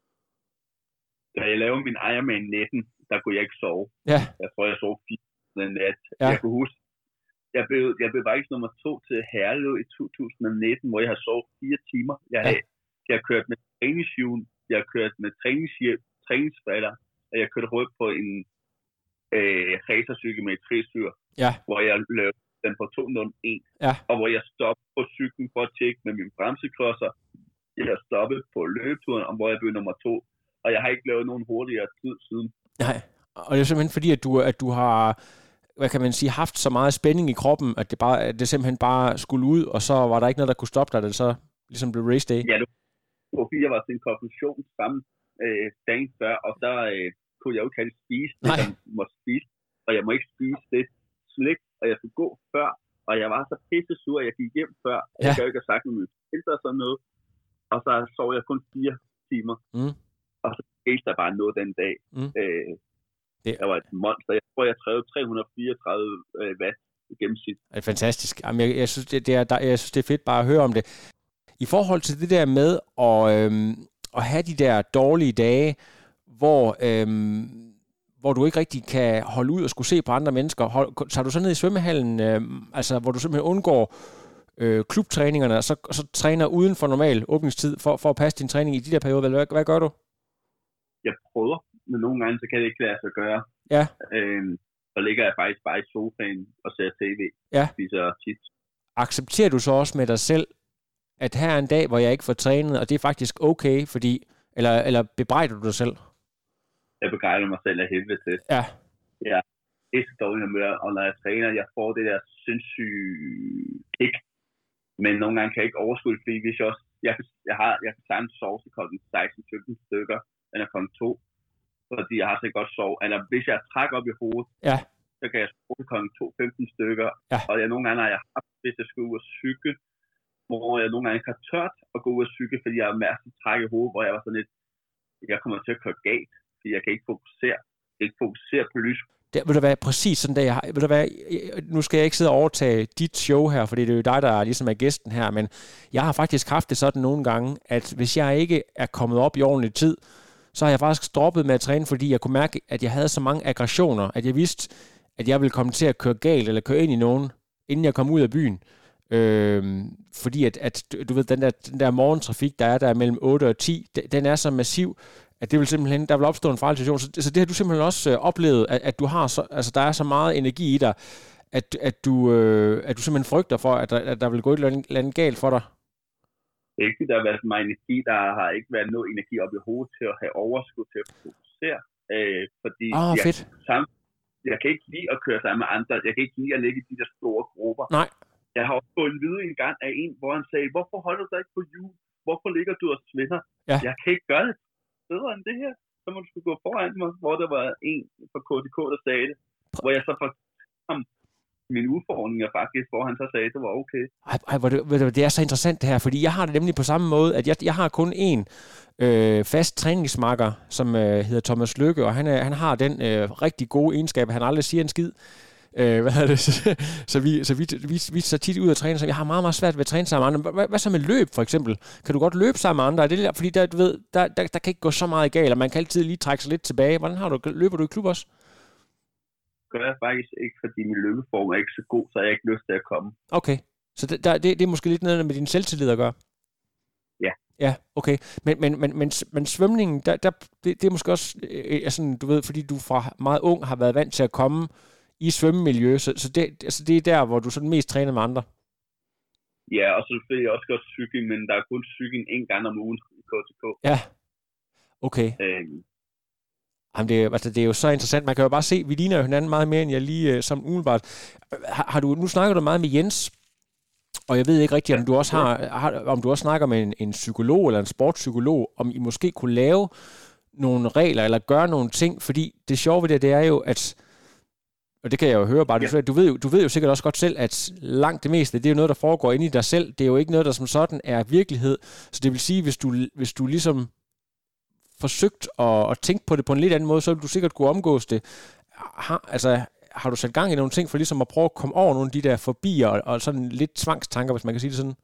[SPEAKER 6] Da jeg lavede min Ironman nitten, der kunne jeg ikke sove.
[SPEAKER 5] Ja.
[SPEAKER 6] Jeg tror, jeg sov fire den nat.
[SPEAKER 5] Ja.
[SPEAKER 6] Jeg kunne huske, jeg blev, jeg blev faktisk nummer to til Herlev i to tusind nitten, hvor jeg har sovet fire timer. Jeg har, ja. jeg har kørt med træningshjul, jeg har kørt med træningshjælp, træningsfalder, og jeg kørte rundt på en øh, racercykel med et træstyr,
[SPEAKER 5] ja.
[SPEAKER 6] hvor jeg lavede den på to nul en,
[SPEAKER 5] ja.
[SPEAKER 6] og hvor jeg stoppede på cyklen for at tjekke med mine bremseklodser. Jeg har stoppet på løbeturen, og hvor jeg blev nummer to, og jeg har ikke lavet nogen hurtigere tid siden.
[SPEAKER 5] Nej, og det er simpelthen fordi, at du, at du har, hvad kan man sige, haft så meget spænding i kroppen, at det, bare, at det simpelthen bare skulle ud, og så var der ikke noget, der kunne stoppe dig, da det så ligesom blev race day.
[SPEAKER 6] Ja, det var fordi, jeg var til en konfirmation sammen øh, dagen før, og så øh, kunne jeg jo ikke have spise det,
[SPEAKER 5] Nej.
[SPEAKER 6] jeg må spise, og jeg må ikke spise det slik, og jeg skulle gå før, og jeg var så pisse sur, at jeg gik hjem før, og ja. jeg kan jo ikke have sagt noget med og sådan noget, og så sov jeg kun fire timer,
[SPEAKER 5] mm.
[SPEAKER 6] og så skete der bare noget den dag.
[SPEAKER 5] Mm.
[SPEAKER 6] Øh,
[SPEAKER 5] det...
[SPEAKER 6] Der var et monster, jeg tror, jeg trævede tre hundrede og fireogtredive øh, watt i gennemsnit.
[SPEAKER 5] Det er fantastisk. Jamen, jeg, jeg, synes, det, det er, der, jeg synes, det er fedt bare at høre om det. I forhold til det der med at, øhm, at have de der dårlige dage, hvor... Øhm, hvor du ikke rigtig kan holde ud og skulle se på andre mennesker. Hold, tager du så ned i svømmehallen, øh, altså hvor du simpelthen undgår øh, klubtræningerne, og så, og så træner uden for normal åbningstid for, for at passe din træning i de der perioder? Hvad, hvad gør du?
[SPEAKER 6] Jeg prøver, men nogle gange så kan det ikke lade sig gøre.
[SPEAKER 5] Ja.
[SPEAKER 6] Øhm, så ligger jeg faktisk bare i sofaen og ser tv.
[SPEAKER 5] Ja.
[SPEAKER 6] Spiser chips.
[SPEAKER 5] Accepterer du så også med dig selv, at her er en dag, hvor jeg ikke får trænet, og det er faktisk okay, fordi, eller, eller bebrejder du dig selv?
[SPEAKER 6] Jeg begejder mig selv af helvede til.
[SPEAKER 5] Ja.
[SPEAKER 6] Ja, det er så dårligt humør, og når jeg træner, jeg får det der sindssyge kick. Men nogle gange kan jeg ikke overskue, fordi hvis jeg også, jeg, jeg har, jeg kan sagtens sove til klokken seksten sytten stykker, eller klokken to, fordi jeg har så godt sove. Eller hvis jeg trækker op i hovedet,
[SPEAKER 5] ja.
[SPEAKER 6] så kan jeg sove til klokken to femten stykker.
[SPEAKER 5] Ja.
[SPEAKER 6] Og jeg nogle gange har jeg haft, hvis jeg skulle ud og cykle, hvor jeg nogle gange ikke har tørt at gå ud og cykle, fordi jeg har mærket træk i hovedet, hvor jeg var sådan lidt, jeg kommer til at køre galt. Jeg kan ikke fokusere. Jeg kan ikke fokusere på lys.
[SPEAKER 5] Det, vil det være præcis sådan, der jeg har, vil det være, nu skal jeg ikke sidde og overtage dit show her, fordi det er jo dig, der er, ligesom er gæsten her, men jeg har faktisk haft det sådan nogle gange, at hvis jeg ikke er kommet op i ordentlig tid, så har jeg faktisk droppet med at træne, fordi jeg kunne mærke, at jeg havde så mange aggressioner, at jeg vidste, at jeg ville komme til at køre galt, eller køre ind i nogen, inden jeg kom ud af byen. Øhm, fordi at, at, du ved, den der, den der morgentrafik, der er der mellem otte og ti, den er så massiv, at det vil simpelthen, der vil opstå en farlig situation. Så, så det har du simpelthen også øh, oplevet, at, at du har så, altså der er så meget energi i dig, at, at, du, øh, at du simpelthen frygter for, at der, at der vil gå et eller andet, eller andet galt for dig.
[SPEAKER 6] Det er ikke, der har været så meget energi, der har ikke været noget energi op i hovedet til at have overskud til at fokusere. Øh, fordi
[SPEAKER 5] ah,
[SPEAKER 6] jeg,
[SPEAKER 5] fedt.
[SPEAKER 6] Sammen, jeg kan ikke lide at køre sammen med andre. Jeg kan ikke lide at ligge i de der store grupper.
[SPEAKER 5] Nej.
[SPEAKER 6] Jeg har også fået en vide en gang af en, hvor han sagde, hvorfor holder du dig ikke på hjul? Hvorfor ligger du og svinder?
[SPEAKER 5] Ja.
[SPEAKER 6] Jeg kan ikke gøre det bedre end det her. Så må du skulle gå foran mig, hvor der var en fra K D K, der sagde det. Hvor jeg så fortalte ham mine udfordringer faktisk, hvor han så sagde, at det var okay.
[SPEAKER 5] Ej, ej hvor det, det er så interessant det her, fordi jeg har det nemlig på samme måde, at jeg, jeg har kun én øh, fast træningsmarker, som øh, hedder Thomas Lykke, og han, er, han har den øh, rigtig gode egenskab, at han aldrig siger en skid. Øh, hvad er det? så vi, så vi, vi, vi så tit ud at træne, så jeg har meget, meget svært ved at træne sammen med andre. Hvad, hvad så med løb, for eksempel? Kan du godt løbe sammen med andre? Er det der, fordi der, du ved, der, der, der kan ikke gå så meget galt, og man kan altid lige trække sig lidt tilbage. Hvordan har du, løber du i klub også?
[SPEAKER 6] Det gør jeg faktisk ikke, fordi min løbeform er ikke så god, så jeg har ikke lyst til at komme.
[SPEAKER 5] Okay, så det, der, det, det er måske lidt noget med din selvtillid at gøre?
[SPEAKER 6] Ja.
[SPEAKER 5] Ja, okay. Men, men, men, men, men svømningen, der, der, det, det er måske også, øh, sådan, du ved, fordi du fra meget ung har været vant til at komme i svømmemiljø, så, så det, altså det er der, hvor du sådan mest træner med andre?
[SPEAKER 6] Ja, og så vil jeg også godt cykle, men der er kun cykling en gang om ugen i K T K.
[SPEAKER 5] Ja, okay.
[SPEAKER 6] Øhm.
[SPEAKER 5] Jamen det, altså det er jo så interessant. Man kan jo bare se, vi ligner jo hinanden meget mere, end jeg lige som umiddelbart. Har, har du, nu snakker du meget med Jens, og jeg ved ikke rigtigt, om du også har, har om du også snakker med en, en psykolog eller en sportspsykolog, om I måske kunne lave nogle regler eller gøre nogle ting, fordi det sjove ved det, det er jo, at og det kan jeg jo høre bare, ja. du, ved jo, du ved jo sikkert også godt selv, at langt det meste, det er jo noget, der foregår inde i dig selv. Det er jo ikke noget, der som sådan er virkelighed. Så det vil sige, hvis du, hvis du ligesom forsøgt at, at tænke på det på en lidt anden måde, så vil du sikkert kunne omgås det. Har, altså, har du sat gang i nogle ting for ligesom at prøve at komme over nogle af de der forbier og, og sådan lidt tvangstanker, hvis man kan sige det sådan?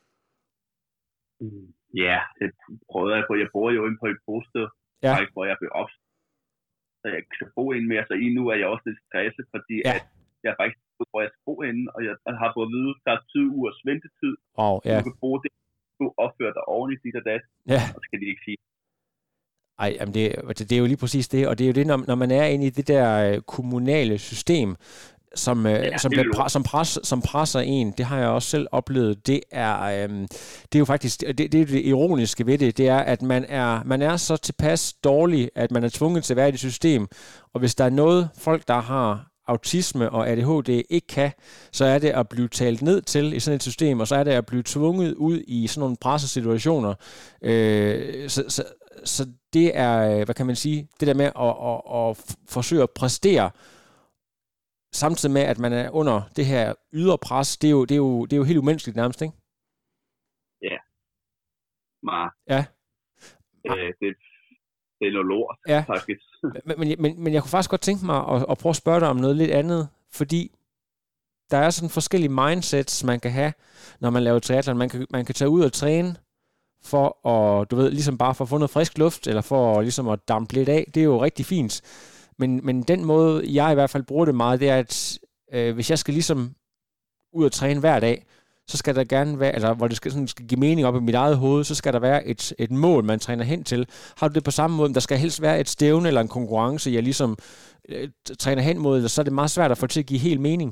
[SPEAKER 6] Ja, det prøvede jeg på. Jeg bor jo inde på et bosted,
[SPEAKER 5] ja.
[SPEAKER 6] hvor jeg blev opstået. Så jeg kan bo inde mere, så i nu er jeg også lidt stresset, fordi
[SPEAKER 5] ja.
[SPEAKER 6] at jeg faktisk hvor jeg skal bo inde, og jeg har fået at vide, at der er tyve ugers ventetid.
[SPEAKER 5] Wow, ja.
[SPEAKER 6] Du kan bruge det, du opfører dig ordentligt dit og dat,
[SPEAKER 5] ja.
[SPEAKER 6] og så kan de ikke sige.
[SPEAKER 5] Ej, jamen det, det er jo lige præcis det, og det er jo det, når, når man er inde i det der kommunale system, som, ja, som, bliver pre- som, pres, som presser en, det har jeg også selv oplevet, det er, øhm, det er jo faktisk, det, det er det ironiske ved det, det er, at man er, man er så tilpas dårlig, at man er tvunget til at være i det system, og hvis der er noget, folk der har autisme og A D H D ikke kan, så er det at blive talt ned til i sådan et system, og så er det at blive tvunget ud i sådan nogle pressesituationer. Øh, så, så, så det er, hvad kan man sige, det der med at, at, at forsøge at præstere, samtidig med, at man er under det her ydre pres, det er jo, det er jo, det er jo helt umenneskeligt nærmest, ikke?
[SPEAKER 6] Ja. Meget.
[SPEAKER 5] Ja.
[SPEAKER 6] Øh, det, det er noget lort,
[SPEAKER 5] ja.
[SPEAKER 6] faktisk.
[SPEAKER 5] men, men, men, men jeg kunne faktisk godt tænke mig at, at prøve at spørge dig om noget lidt andet, fordi der er sådan forskellige mindsets, man kan have, når man laver triathlon. Man kan, man kan tage ud og træne for at, du ved, ligesom bare for at få noget frisk luft, eller for ligesom at dampe lidt af. Det er jo rigtig fint. Men, men den måde, jeg i hvert fald bruger det meget, det er, at øh, hvis jeg skal ligesom ud og træne hver dag, så skal der gerne være, altså hvor det skal, sådan, skal give mening op i mit eget hoved, så skal der være et, et mål, man træner hen til. Har du det på samme måde? Der skal helst være et stævne eller en konkurrence, jeg ligesom øh, træner hen mod, eller så er det meget svært at få til at give helt mening.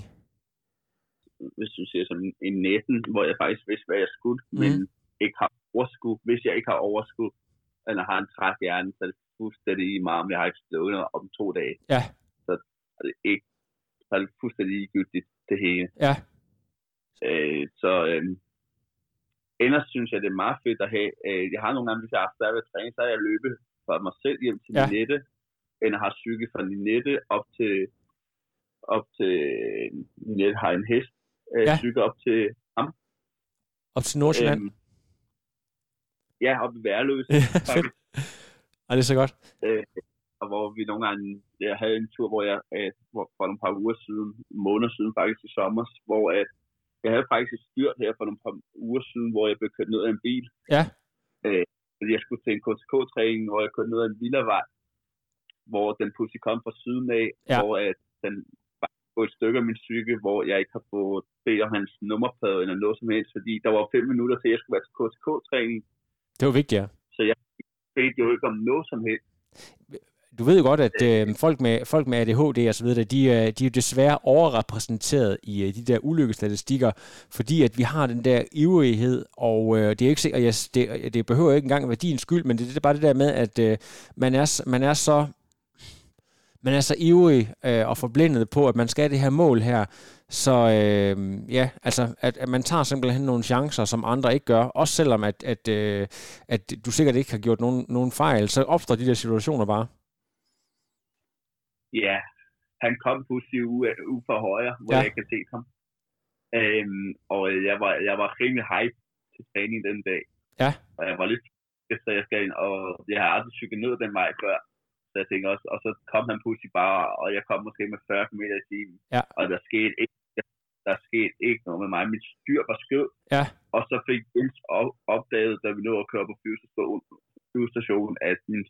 [SPEAKER 6] Hvis du siger sådan en næsten, hvor jeg faktisk vidste, hvad jeg skulle, mm. men ikke har overskud. Hvis jeg ikke har overskud, eller har en træt hjerne, så er det fuldstændig i mig, om jeg har ikke stået om to dage.
[SPEAKER 5] Ja.
[SPEAKER 6] Så er det ikke, så er det fuldstændig ligegyldigt det hele.
[SPEAKER 5] Ja.
[SPEAKER 6] Øh, så øh, ellers synes jeg, det er meget fedt at have. Øh, jeg har nogle gange, hvis jeg har haft svært ved at træne, så har jeg løbet fra mig selv hjem til ja. Linette, eller har cyklet fra Linette op til, op til Linette har en hest, øh, ja. Cyklet op til ham.
[SPEAKER 5] Op til Nordsjælland? Øh,
[SPEAKER 6] ja, op i Værløse.
[SPEAKER 5] Ja, det er så godt.
[SPEAKER 6] Øh, og hvor vi nogle gange, jeg havde en tur, hvor jeg, at, hvor, for nogle par uger siden, måneder siden faktisk i sommer, hvor at, jeg havde faktisk et styrt her for nogle par uger siden, hvor jeg blev kørt ned af en bil.
[SPEAKER 5] Ja.
[SPEAKER 6] Øh, fordi jeg skulle til en K T K-træning, hvor jeg kørte ned ad en villavej, hvor den pludselig kom fra siden af,
[SPEAKER 5] ja.
[SPEAKER 6] hvor at den var på et stykke af min cykel, hvor jeg ikke har fået bedt om hans nummerplade eller noget som helst, fordi der var fem minutter til, at jeg skulle være til K T K-træning.
[SPEAKER 5] Det var vigtigt, ja.
[SPEAKER 6] Så jeg bedte jo ikke om noget som helst.
[SPEAKER 5] Du ved jo godt, at øh, folk, med, folk med A D H D og så videre, de, de er jo desværre overrepræsenteret i øh, de der ulykkestatistikker, fordi at vi har den der ivrighed, og øh, det er ikke sikkert, jeg, det, det behøver ikke engang være din skyld, men det, det er bare det der med, at øh, man, er, man er så man er så ivrig øh, og forblændet på, at man skal have det her mål her, så øh, ja, altså, at, at man tager simpelthen nogle chancer, som andre ikke gør, også selvom at, at, øh, at du sikkert ikke har gjort nogen, nogen fejl, så opstår de der situationer bare.
[SPEAKER 6] Ja, han kom pludselig ude, ude fra højre, hvor ja. jeg kan se ham. Øhm, og jeg var, jeg var rimelig hype til træning den dag.
[SPEAKER 5] Ja.
[SPEAKER 6] Og jeg var lidt så jeg skal ind, og jeg har aldrig cyklet ned den vej før. Så jeg tænkte også, og så kom han pludselig bare, og jeg kom måske med fyrre kilometer i timen.
[SPEAKER 5] Ja.
[SPEAKER 6] Og der skete ikke, der skete ikke noget med mig. Mit styr var skød.
[SPEAKER 5] Ja.
[SPEAKER 6] Og så fik jeg opdaget, da vi nåede at køre på flyvestationen, at min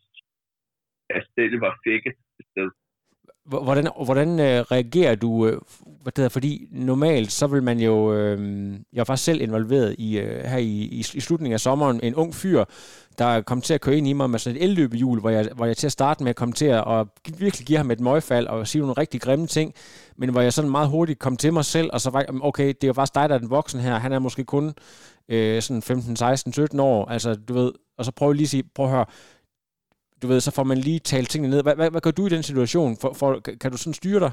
[SPEAKER 6] stille var fækket et sted.
[SPEAKER 5] Hvordan, hvordan øh, reagerer du, øh, hvad det hedder, fordi normalt så vil man jo, øh, jeg var faktisk selv involveret i, øh, her i, i, i slutningen af sommeren, en ung fyr, der kom til at køre ind i mig med sådan et elløbehjul, hvor jeg, hvor jeg til at starte med at komme til at og virkelig give ham et møgfald og sige nogle rigtig grimme ting, men hvor jeg sådan meget hurtigt kom til mig selv, og så var okay, det er jo faktisk dig, der er den voksen her, han er måske kun øh, sådan femten, seksten, sytten år, altså du ved, og så prøv lige at sige, prøv at høre, du ved, så får man lige talt tingene ned. Hvad, hvad, hvad gør du i den situation? For, for, kan du sådan styre dig?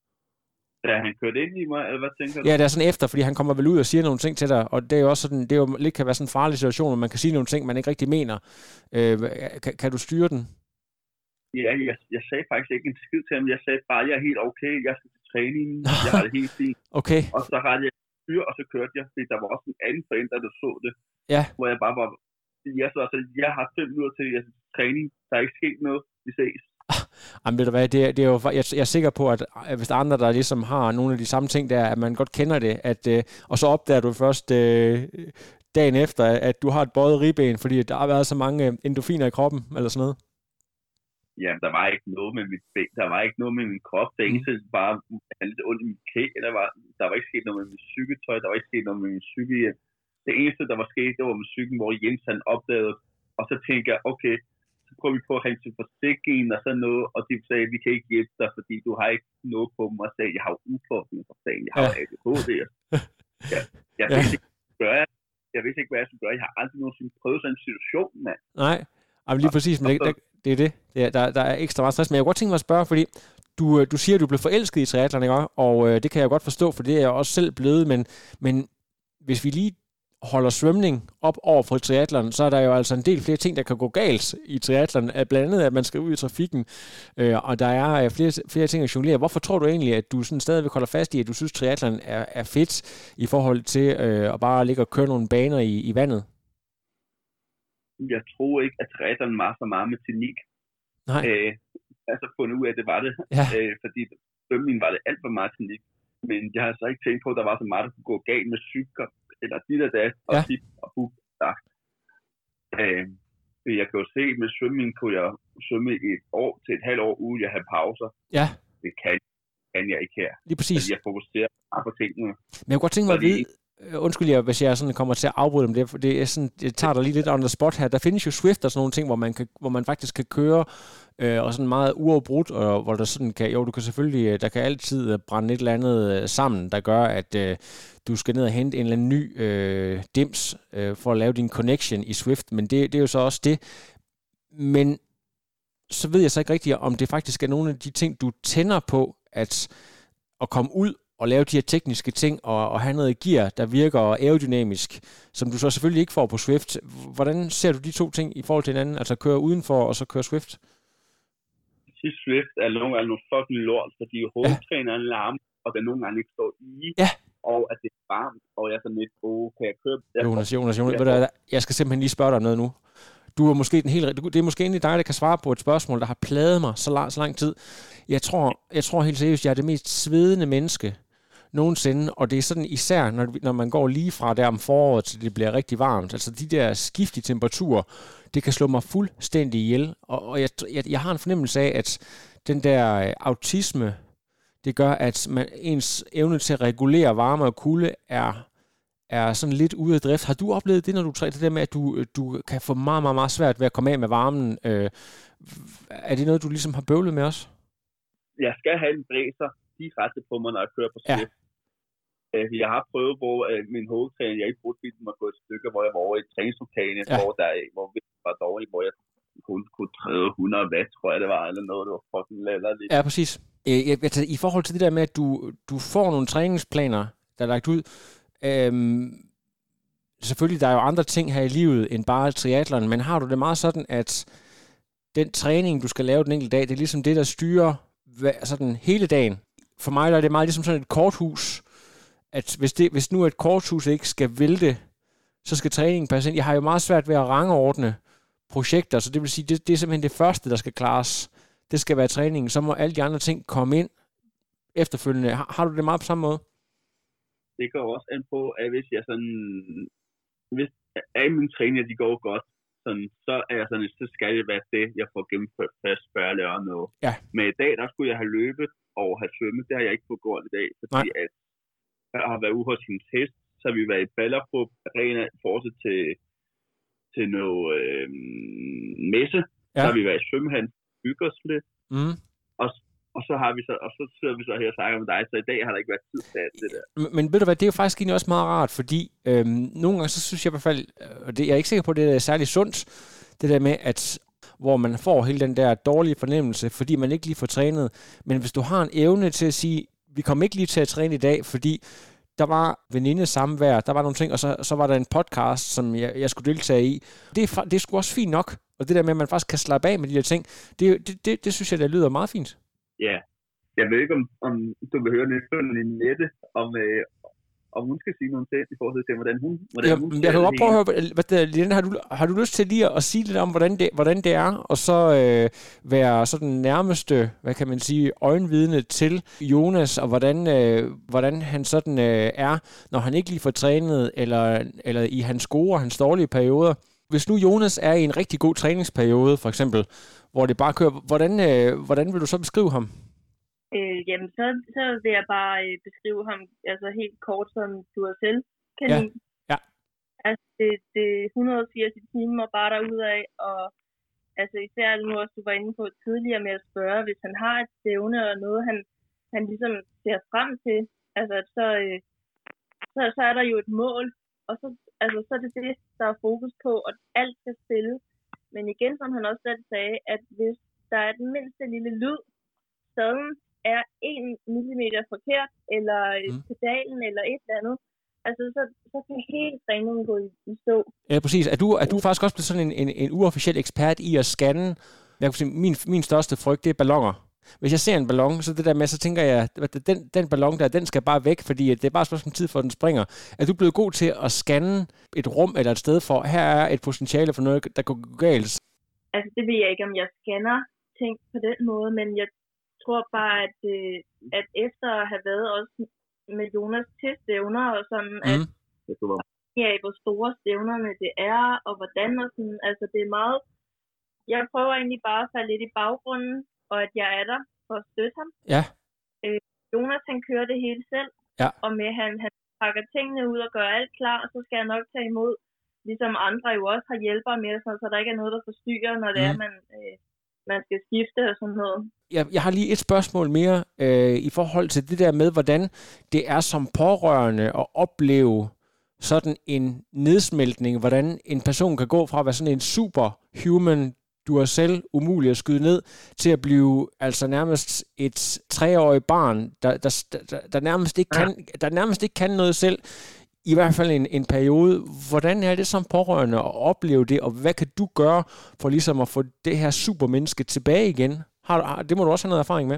[SPEAKER 6] Da han kørte ind i mig, eller hvad tænker du?
[SPEAKER 5] Ja, det er sådan efter, fordi han kommer vel ud og siger nogle ting til dig, og det er jo også sådan, det er jo lidt kan være sådan en farlig situation, hvor man kan sige nogle ting, man ikke rigtig mener. Øh, kan, kan du styre den?
[SPEAKER 6] Ja, jeg, jeg sagde faktisk ikke en skid til ham. Jeg sagde bare, jeg er helt okay, jeg skal til træning, jeg har det helt fint.
[SPEAKER 5] Okay.
[SPEAKER 6] Og så rettede jeg styr, og så kørte jeg, fordi der var også en anden forælder, der så det.
[SPEAKER 5] Ja.
[SPEAKER 6] Hvor jeg bare var, jeg, så, altså, jeg har fem minutter til jeg træning, der er ikke sket noget, vi ses.
[SPEAKER 5] Jamen ved du hvad, det, det er jo, jeg, jeg er sikker på, at hvis der er andre, der ligesom har nogle af de samme ting der, at man godt kender det, at, øh, og så opdager du først øh, dagen efter, at du har et bøjet ribben, fordi der har været så mange endorfiner i kroppen, eller sådan noget.
[SPEAKER 6] Jamen, der var ikke noget med mit ben, der var ikke noget med min krop, det eneste mm. bare havde lidt ondt i min kæ, der var, der var ikke sket noget med min cykeltøj, der var ikke sket noget med min cykelhjelm. Det eneste, der var sket, det var med cyklen, hvor Jens han opdagede, og så tænkte jeg, okay, så prøver vi på at hente til forsikringen og sådan noget, og de sagde, vi kan ikke hjælpe dig, fordi du har ikke noget på mig, og sagde, jeg har jo udfordringer for sagen, jeg har jo A D H D. Ja, jeg
[SPEAKER 5] ja.
[SPEAKER 6] vidste ikke, hvad jeg, jeg vidste ikke, hvad jeg skulle gøre, jeg har aldrig nogensinde prøvet sådan en situation, mand.
[SPEAKER 5] Nej, men lige præcis, men det, det, det er det, det er, der, der er ekstra meget stress, men jeg kunne godt tænke mig at spørge, fordi du, du siger, at du blev forelsket i triathlon, ikke? Og øh, det kan jeg godt forstå, for det er jeg også selv blevet, men, men hvis vi lige holder svømning op over for triathlon, så er der jo altså en del flere ting, der kan gå galt i triathlon. Blandt andet, at man skal ud i trafikken, øh, og der er flere, flere ting at jonglere. Hvorfor tror du egentlig, at du sådan stadigvæk holder fast i, at du synes, triathlon er, er fedt i forhold til øh, at bare ligge og køre nogle baner i, i vandet?
[SPEAKER 6] Jeg tror ikke, at triathlon var så meget med teknik.
[SPEAKER 5] Nej.
[SPEAKER 6] Øh, altså fundet ud af, at det var det.
[SPEAKER 5] Ja.
[SPEAKER 6] Øh, fordi svømningen var det alt for meget teknik. Men jeg har så ikke tænkt på, at der var så meget, der kunne gå galt med cykler, eller dit og dat, og
[SPEAKER 5] ja.
[SPEAKER 6] tip og buk. Øh, jeg kan jo se, med svømning kunne jeg svømme i et år til et halvt år, uden jeg havde pauser.
[SPEAKER 5] Ja.
[SPEAKER 6] Det kan, kan jeg ikke her.
[SPEAKER 5] Lige præcis.
[SPEAKER 6] Altså, jeg fokuserer meget på tingene.
[SPEAKER 5] Men jeg kunne godt tænke mig fordi... at vide, undskyld jer, hvis jeg sådan kommer til at afbryde om det, for det, er sådan, det tager dig lige lidt on the spot her. Der findes jo Swift og sådan nogle ting, hvor man, kan, hvor man faktisk kan køre øh, og sådan meget uafbrudt, og hvor der sådan kan, jo du kan selvfølgelig, der kan altid brænde et eller andet sammen, der gør, at øh, du skal ned og hente en eller anden ny øh, dims øh, for at lave din connection i Swift, men det, det er jo så også det. Men så ved jeg så ikke rigtigt, om det faktisk er nogle af de ting, du tænder på, at, at komme ud og lave de her tekniske ting, og, og have noget gear, der virker aerodynamisk, som du så selvfølgelig ikke får på Swift. Hvordan ser du de to ting i forhold til hinanden? Altså køre udenfor, og så køre Swift?
[SPEAKER 6] Sidst Swift er nogle gange nogle fucking lort, fordi hovedtræneren larmer, og den nogle gange ikke står i,
[SPEAKER 5] ja.
[SPEAKER 6] Og at det er varmt, og jeg er sådan lidt, åh, kan jeg køre? Jeg
[SPEAKER 5] Jonas, Jonas, Jonas, jeg, jeg skal simpelthen lige spørge dig om noget nu. Du er måske den helt, det er måske egentlig dig, der kan svare på et spørgsmål, der har plaget mig så lang, så lang tid. Jeg tror, jeg tror helt seriøst, jeg er det mest svedende menneske nogensinde, og det er sådan især, når, når man går lige fra der om foråret, til det bliver rigtig varmt. Altså de der skift i temperaturer, det kan slå mig fuldstændig ihjel. Og, og jeg, jeg, jeg har en fornemmelse af, at den der autisme, det gør, at man, ens evne til at regulere varme og kulde er, er sådan lidt ude af drift. Har du oplevet det, når du træner, det der med, at du, du kan få meget, meget, meget svært ved at komme af med varmen? Øh, er det noget, du ligesom har bøvlet med også?
[SPEAKER 6] Jeg skal have en bræser direkte på mig, når jeg kører på skift. Ja. Jeg har prøvet, hvor min hovedtræning, jeg ikke brugte bilen, at gå et stykke, hvor jeg var over i træningslokalen, ja. hvor der hvor vi var dårligt, hvor jeg kun kunne træde hundrede watt, tror jeg det var, eller noget, det var fucking latterligt.
[SPEAKER 5] Ja, præcis. I forhold til det der med, at du, du får nogle træningsplaner, der er lagt ud, øhm, selvfølgelig, der er jo andre ting her i livet, end bare triathlon, men har du det meget sådan, at den træning, du skal lave den enkelte dag, det er ligesom det, der styrer sådan hele dagen? For mig der er det meget ligesom sådan et korthus, at hvis, det, hvis nu et korthus ikke skal vælte, så skal træningen passe ind. Jeg har jo meget svært ved at rangordne projekter, så det vil sige, det, det er simpelthen det første, der skal klares. Det skal være træningen. Så må alle de andre ting komme ind efterfølgende. Har, har du det meget på samme måde?
[SPEAKER 6] Det går også an på, at hvis jeg sådan, hvis alle mine træninger, de går godt, sådan, så er jeg sådan, så skal det være det, jeg får gennemført først, før jeg laver noget.
[SPEAKER 5] Ja.
[SPEAKER 6] Men i dag, der skulle jeg have løbet og have svømmet. Det har jeg ikke fået gjort i dag, fordi Nej. at jeg har været ude hos hendes hest, så har vi været i Ballerup Arena i forhold til, til noget øh, messe. Ja. Så har vi været i svømmehallen, bygger os lidt. Mm. Og, og så har vi så, og så sidder vi så her og snakker med dig, så i dag har der ikke været tid til det der.
[SPEAKER 5] Men, men ved du hvad, det er jo faktisk egentlig også meget rart, fordi øhm, nogle gange så synes jeg i hvert fald, og det, jeg er ikke sikker på, at det er særlig sundt, det der med, at hvor man får hele den der dårlige fornemmelse, fordi man ikke lige får trænet. Men hvis du har en evne til at sige, vi kommer ikke lige til at træne i dag, fordi der var veninde samvær, der var nogle ting, og så, så var der en podcast, som jeg, jeg skulle deltage i. Det er, det er sgu også fint nok, og det der med, at man faktisk kan slappe af med de der ting, det, det, det, det synes jeg, der lyder meget fint.
[SPEAKER 6] Ja, yeah. Jeg ved ikke, om, om du vil høre lidt sådan en Nette, om, øh, om hun skal sige nogle ting i forhold til, hvordan hun... Hvordan
[SPEAKER 5] ja,
[SPEAKER 6] hun
[SPEAKER 5] jeg kan godt prøve at høre, hvad det, Lene, har, du, har du lyst til lige at sige lidt om, hvordan det, hvordan det er, og så øh, være sådan nærmeste, hvad kan man sige, øjenvidne til Jonas, og hvordan, øh, hvordan han sådan øh, er, når han ikke lige får trænet, eller, eller i hans gode og hans dårlige perioder. Hvis nu Jonas er i en rigtig god træningsperiode, for eksempel, hvor det bare kører, hvordan, øh, hvordan vil du så beskrive ham?
[SPEAKER 7] Øh, jamen, så, så vil jeg bare øh, beskrive ham altså helt kort som Duracell-kanin.
[SPEAKER 5] Ja. Ja.
[SPEAKER 7] Altså, det, det er et hundrede og firs timer bare derudad, og altså især nu også, du var inde på tidligere med at spørge, hvis han har et stævne og noget, han, han ligesom ser frem til, altså så, øh, så, så er der jo et mål, og så, altså, så er det det, der er fokus på, og alt skal spille. Men igen, som han også selv sagde, at hvis der er den mindste lille lyd, staden er en millimeter forkert, eller mm. pedalen, eller et eller andet, altså så, så kan hele træningen gå i, i stå.
[SPEAKER 5] Ja, præcis. Er du, er du faktisk også blevet sådan en, en, en uofficiel ekspert i at scanne? Jeg kan sige, min, min største frygt, det er balloner. Hvis jeg ser en ballon, så det der med, så tænker jeg, at den, den ballon der, den skal bare væk, fordi det er bare spørgsmål om tid, for den springer. Er du blevet god til at scanne et rum eller et sted for, her er et potentiale for noget, der går galt?
[SPEAKER 7] Altså det ved jeg ikke, om jeg scanner ting på den måde, men jeg tror bare, at, at efter at have været også med Jonas til stævner, og sådan, mm. at ja, hvor store stævnerne det er, og hvordan, og sådan, altså det er meget, jeg prøver egentlig bare at falde lidt i baggrunden, og at jeg er der for at støtte ham.
[SPEAKER 5] Ja.
[SPEAKER 7] Øh, Jonas, han kører det hele selv,
[SPEAKER 5] ja.
[SPEAKER 7] Og med han, han pakker tingene ud og gør alt klar, og så skal jeg nok tage imod, ligesom andre jo også har hjælper med, så der ikke er noget, der forstyrrer, når det mm. er, man... Øh, man skal skifte og sådan noget.
[SPEAKER 5] Jeg, jeg har lige et spørgsmål mere øh, i forhold til det der med, hvordan det er som pårørende at opleve sådan en nedsmeltning, hvordan en person kan gå fra at være sådan en superhuman Duracell, umulig at skyde ned, til at blive altså nærmest et treårigt barn, der, der, der, der, nærmest ikke kan, der nærmest ikke kan noget selv, i hvert fald en, en periode. Hvordan er det som pårørende at opleve det, og hvad kan du gøre for ligesom at få det her supermenneske tilbage igen? Har, det må du også have noget erfaring med.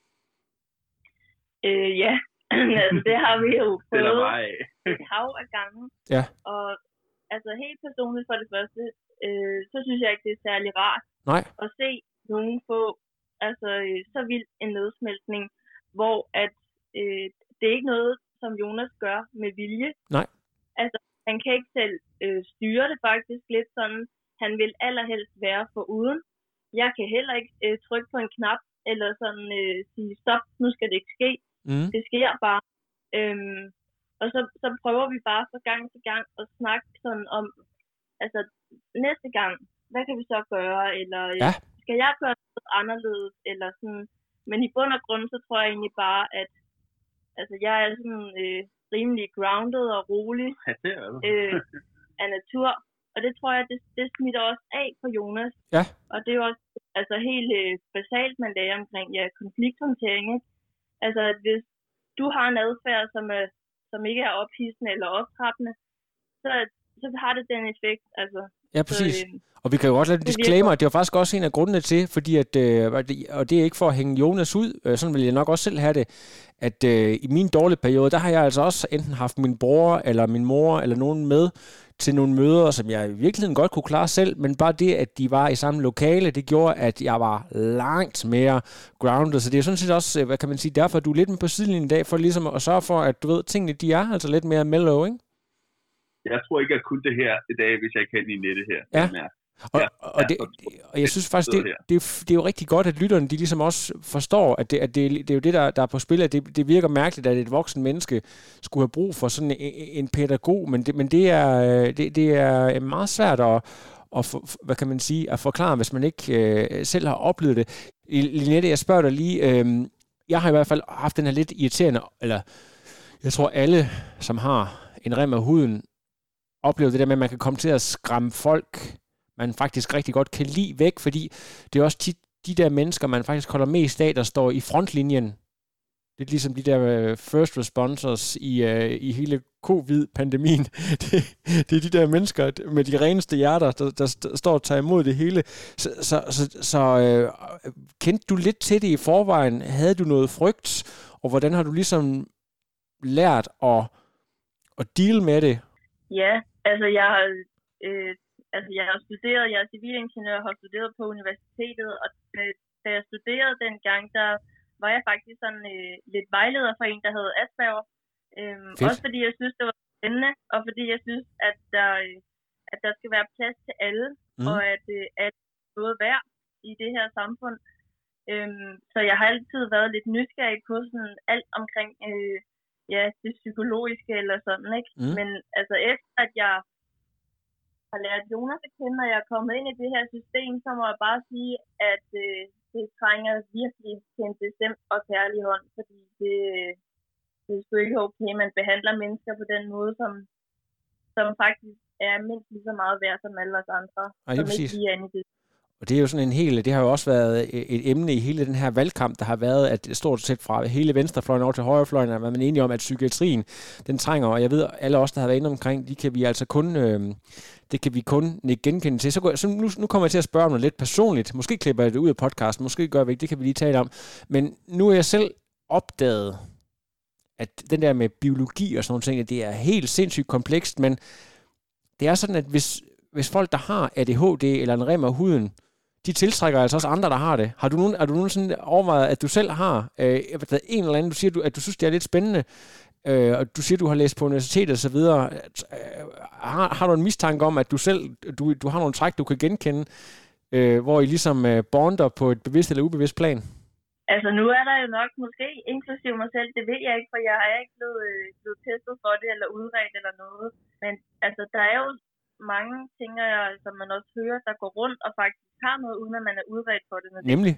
[SPEAKER 7] Øh, ja, altså, det har vi jo prøvet et hav af gange.
[SPEAKER 5] Ja.
[SPEAKER 7] Og altså helt personligt for det første, øh, så synes jeg ikke, det er særlig rart
[SPEAKER 5] Nej.
[SPEAKER 7] at se nogen få altså, øh, så vild en nedsmeltning, hvor at, øh, det er ikke noget, som Jonas gør med vilje.
[SPEAKER 5] Nej.
[SPEAKER 7] Altså, han kan ikke selv øh, styre det faktisk lidt sådan. Han vil allerhelst være foruden. Jeg kan heller ikke øh, trykke på en knap, eller sådan øh, sige, stop, nu skal det ikke ske.
[SPEAKER 5] Mm.
[SPEAKER 7] Det sker bare. Øhm, og så, så prøver vi bare fra gang til gang at snakke sådan om, altså næste gang, hvad kan vi så gøre? Eller
[SPEAKER 5] ja.
[SPEAKER 7] skal jeg gøre noget anderledes? Eller sådan. Men i bund og grund, så tror jeg egentlig bare, at altså, jeg er sådan øh, rimelig grounded og rolig øh, af natur. Og det tror jeg, det, det smitter også af på Jonas.
[SPEAKER 5] Ja.
[SPEAKER 7] Og det er jo også altså, helt øh, basalt, man lærer omkring ja, konflikthåndtering. Altså, at hvis du har en adfærd, som, er, som ikke er ophidsende eller optrappende, så, så har det den effekt. Altså,
[SPEAKER 5] ja, præcis.
[SPEAKER 7] Så, øh,
[SPEAKER 5] og vi kan jo også lade en disclaimer, at det var faktisk også en af grundene til, fordi at, øh, og det er ikke for at hænge Jonas ud, øh, sådan vil jeg nok også selv have det, at øh, i min dårlige periode, der har jeg altså også enten haft min bror, eller min mor, eller nogen med til nogle møder, som jeg i virkeligheden godt kunne klare selv, men bare det, at de var i samme lokale, det gjorde, at jeg var langt mere grounded, så det er sådan set også, hvad kan man sige, derfor du er lidt med på sidelinjen i dag, for ligesom at sørge for, at du ved, tingene, de er altså lidt mere mellow, ikke?
[SPEAKER 6] Jeg tror ikke, jeg kunne det her i dag, hvis jeg ikke kan i nettet her.
[SPEAKER 5] Ja. Og,
[SPEAKER 6] ja,
[SPEAKER 5] og, det, og jeg synes faktisk, det, det, det er jo rigtig godt, at lytterne de ligesom også forstår, at det, at det, det er jo det, der, der er på spil, at det, det virker mærkeligt, at et voksen menneske skulle have brug for sådan en, en pædagog, men det, men det, er, det, det er meget svært at, at for, hvad kan man sige, at forklare, hvis man ikke øh, selv har oplevet det. Linette, jeg spørger dig lige, øh, jeg har i hvert fald haft den her lidt irriterende, eller jeg tror alle, som har en rem af huden, oplever det der med, at man kan komme til at skræmme folk, man faktisk rigtig godt kan lide væk, fordi det er også tit de der mennesker, man faktisk holder mest af, der står i frontlinjen. Lidt ligesom de der first responders i, uh, i hele covid-pandemien. Det, det er de der mennesker med de reneste hjerter, der, der, der står og tager imod det hele. Så, så, så, så uh, kendte du lidt til det i forvejen? Havde du noget frygt? Og hvordan har du ligesom lært at, at deal med det?
[SPEAKER 7] Ja, altså jeg har... Øh Altså, jeg har studeret, jeg er civilingeniør og har studeret på universitetet, og da jeg studerede dengang, der var jeg faktisk sådan øh, lidt vejleder for en, der hed Asperger. Øhm, også fordi jeg synes, det var spændende, og fordi jeg synes, at der, øh, at der skal være plads til alle, mm. og at, øh, at noget værd i det her samfund. Øhm, så jeg har altid været lidt nysgerrig på sådan alt omkring øh, ja, det psykologiske eller sådan, ikke? Mm. Men altså efter at jeg har lært Jonas at kende, og jeg er kommet ind i det her system, så må jeg bare sige, at øh, det trænger virkelig til en bestemt og kærlig hånd, fordi det, det er sgu ikke okay, man behandler mennesker på den måde, som, som faktisk er mindst lige så meget værd som alle os andre.
[SPEAKER 5] Ej, det er
[SPEAKER 7] som ikke er inde i det.
[SPEAKER 5] Og det er jo sådan en hel, det har jo også været et emne i hele den her valgkamp, der har været, at stort set fra hele venstrefløjen over til højrefløjen, er man enige om, at psykiatrien, den trænger, og jeg ved, alle os, der har været inde omkring, de kan vi altså kun, øh, det kan vi kun genkende til. Så, går, så nu, nu kommer jeg til at spørge om noget lidt personligt. Måske klipper jeg det ud af podcasten, måske gør jeg ikke, det kan vi lige tale om. Men nu er jeg selv opdaget, at den der med biologi og sådan nogle ting, det er helt sindssygt komplekst, men det er sådan, at hvis, hvis folk, der har A D H D eller en rem af huden, de tiltrækker altså også andre, der har det. Har du nogen, er du nogensinde overvejet, at du selv har øh, en eller anden, du siger, du, at du synes, det er lidt spændende, øh, og du siger, du har læst på universitetet og så videre. Øh, har, har du en mistanke om, at du selv, du, du har nogle træk, du kan genkende, øh, hvor I ligesom øh, bonder på et bevidst eller ubevidst plan?
[SPEAKER 7] Altså nu er der jo nok måske, inklusiv mig selv, det ved jeg ikke, for jeg har ikke blevet, øh, blevet testet for det, eller udredt eller noget. Men altså, der er jo mange ting, som man også hører, der går rundt og faktisk har noget, uden at man er udredt for det.
[SPEAKER 5] Nemlig?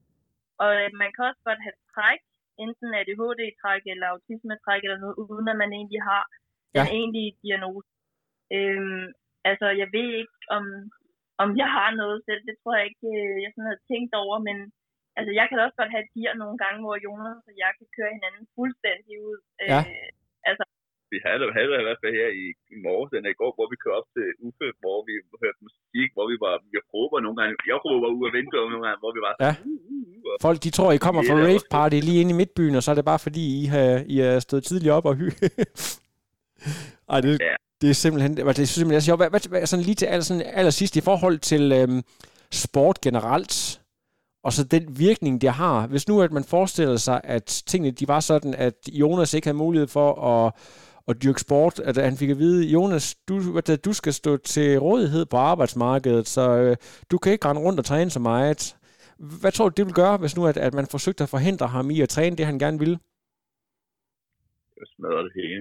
[SPEAKER 7] Og øh, man kan også godt have træk, enten A D H D-træk eller autisme-træk eller noget, uden at man egentlig har ja. den egentlige diagnose. Øhm, altså, jeg ved ikke, om, om jeg har noget selv. Det tror jeg ikke, jeg sådan havde tænkt over, men altså, jeg kan også godt have et gear nogle gange, hvor Jonas og jeg kan køre hinanden fuldstændig ud.
[SPEAKER 5] Ja.
[SPEAKER 7] Øh, altså,
[SPEAKER 6] vi havde, havde i hvert fald her i, i morges, den i går, hvor vi kørte op til Uffe, hvor vi hørte musik, hvor vi var, jeg råber nogle gange, jeg råber ud af vinduet nogle gange, hvor vi var sådan,
[SPEAKER 5] ja. uh, uh, uh, Folk, de tror, I kommer fra rave party lige inde i midtbyen, og så er det bare fordi, I har, I er stået tidligt op og hygge. Ej, det,
[SPEAKER 6] ja.
[SPEAKER 5] Det er simpelthen, det er simpelthen altså, hvad, hvad, hvad, sådan lige til aller, sådan, allersidst i forhold til øhm, sport generelt, og så den virkning, det har. Hvis nu, at man forestiller sig, at tingene, de var sådan, at Jonas ikke havde mulighed for at, at dyrke sport, at han fik at vide, Jonas, du, du skal stå til rådighed på arbejdsmarkedet, så øh, du kan ikke rende rundt og træne så meget. Hvad tror du, det vil gøre, hvis nu, at, at man forsøgte at forhindre ham i at træne det, han gerne ville?
[SPEAKER 6] Jeg smadrer det hele.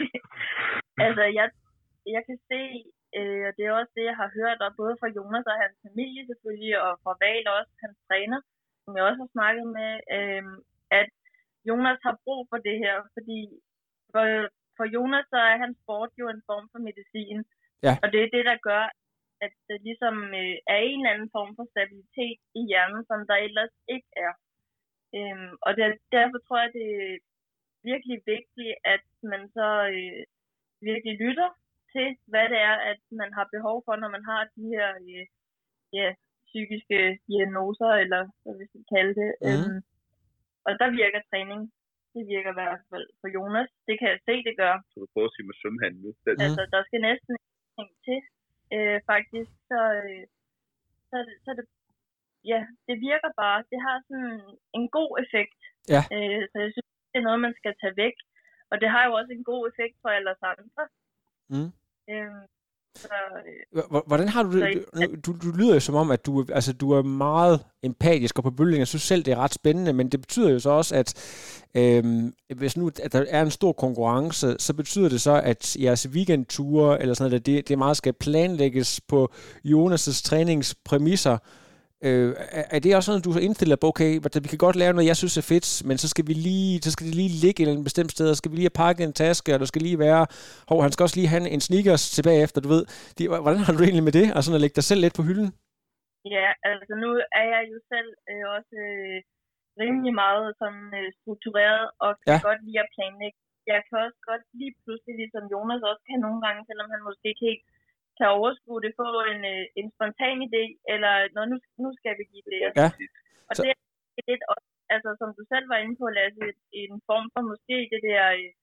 [SPEAKER 7] Altså, jeg, jeg kan se, øh, og det er også det, jeg har hørt, og både fra Jonas og hans familie selvfølgelig, og fra Val også, hans træner, som jeg også har snakket med, øh, at Jonas har brug for det her, fordi for, for Jonas så er hans sport jo en form for medicin,
[SPEAKER 5] ja.
[SPEAKER 7] Og det er det, der gør, at det ligesom øh, er en eller anden form for stabilitet i hjernen, som der ellers ikke er. Øh, og det, derfor tror jeg, det er virkelig vigtigt, at man så øh, virkelig lytter til, hvad det er, at man har behov for, når man har de her øh, ja, psykiske diagnoser, eller hvad vi skal kalde det. Mm. Øhm, og der virker træning. Det virker i hvert fald for Jonas. Det kan jeg se, det gør.
[SPEAKER 6] Så du prøver at sige med svømmehallen nu.
[SPEAKER 7] Mm. Altså, der skal næsten ting til, øh, faktisk. Så, øh, så, så det, ja, det virker bare. Det har sådan en god effekt.
[SPEAKER 5] Ja.
[SPEAKER 7] Øh, så jeg synes, det er noget, man skal tage væk. Og det har jo også en god effekt for alle os andre.
[SPEAKER 5] Mm.
[SPEAKER 7] Øhm, så,
[SPEAKER 5] Hvordan har du det? Du, du lyder jo som om, at du, altså, du er meget empatisk og på bølgen. Jeg synes selv, det er ret spændende, men det betyder jo så også, at øhm, hvis nu at der er en stor konkurrence, så betyder det så, at jeres weekendture eller sådan noget, det, det meget skal planlægges på Jonas' træningspræmisser. Øh, er det også sådan, at du er indstillet på, okay, vi kan godt lave noget, jeg synes er fedt, men så skal vi lige, så skal det lige ligge i en bestemt sted, og skal vi lige have pakket en taske, og der skal lige være, hov, han skal også lige have en sneakers tilbage efter, du ved. De, hvordan har du det egentlig med det, og sådan at lægge dig selv lidt på hylden?
[SPEAKER 7] Ja, altså nu er jeg jo selv øh, også øh, rimelig meget sådan øh, struktureret, og kan ja. godt lide at planlægge. Jeg kan også godt lige pludselig, ligesom Jonas også kan nogle gange, selvom han måske ikke helt kan overskue det, få en, en spontan idé, eller når nu, nu skal vi give det.
[SPEAKER 5] Ja.
[SPEAKER 7] Og så. Det er lidt også, altså som du selv var inde på, Lasse, en form for måske det der,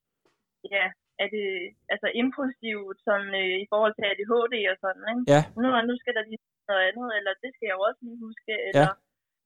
[SPEAKER 7] ja, er det altså impulsivt, sådan øh, i forhold til A D H D og sådan, ikke?
[SPEAKER 5] Ja.
[SPEAKER 7] Nu, nu skal der lige noget andet, eller det skal jeg også lige huske, eller...
[SPEAKER 5] Ja.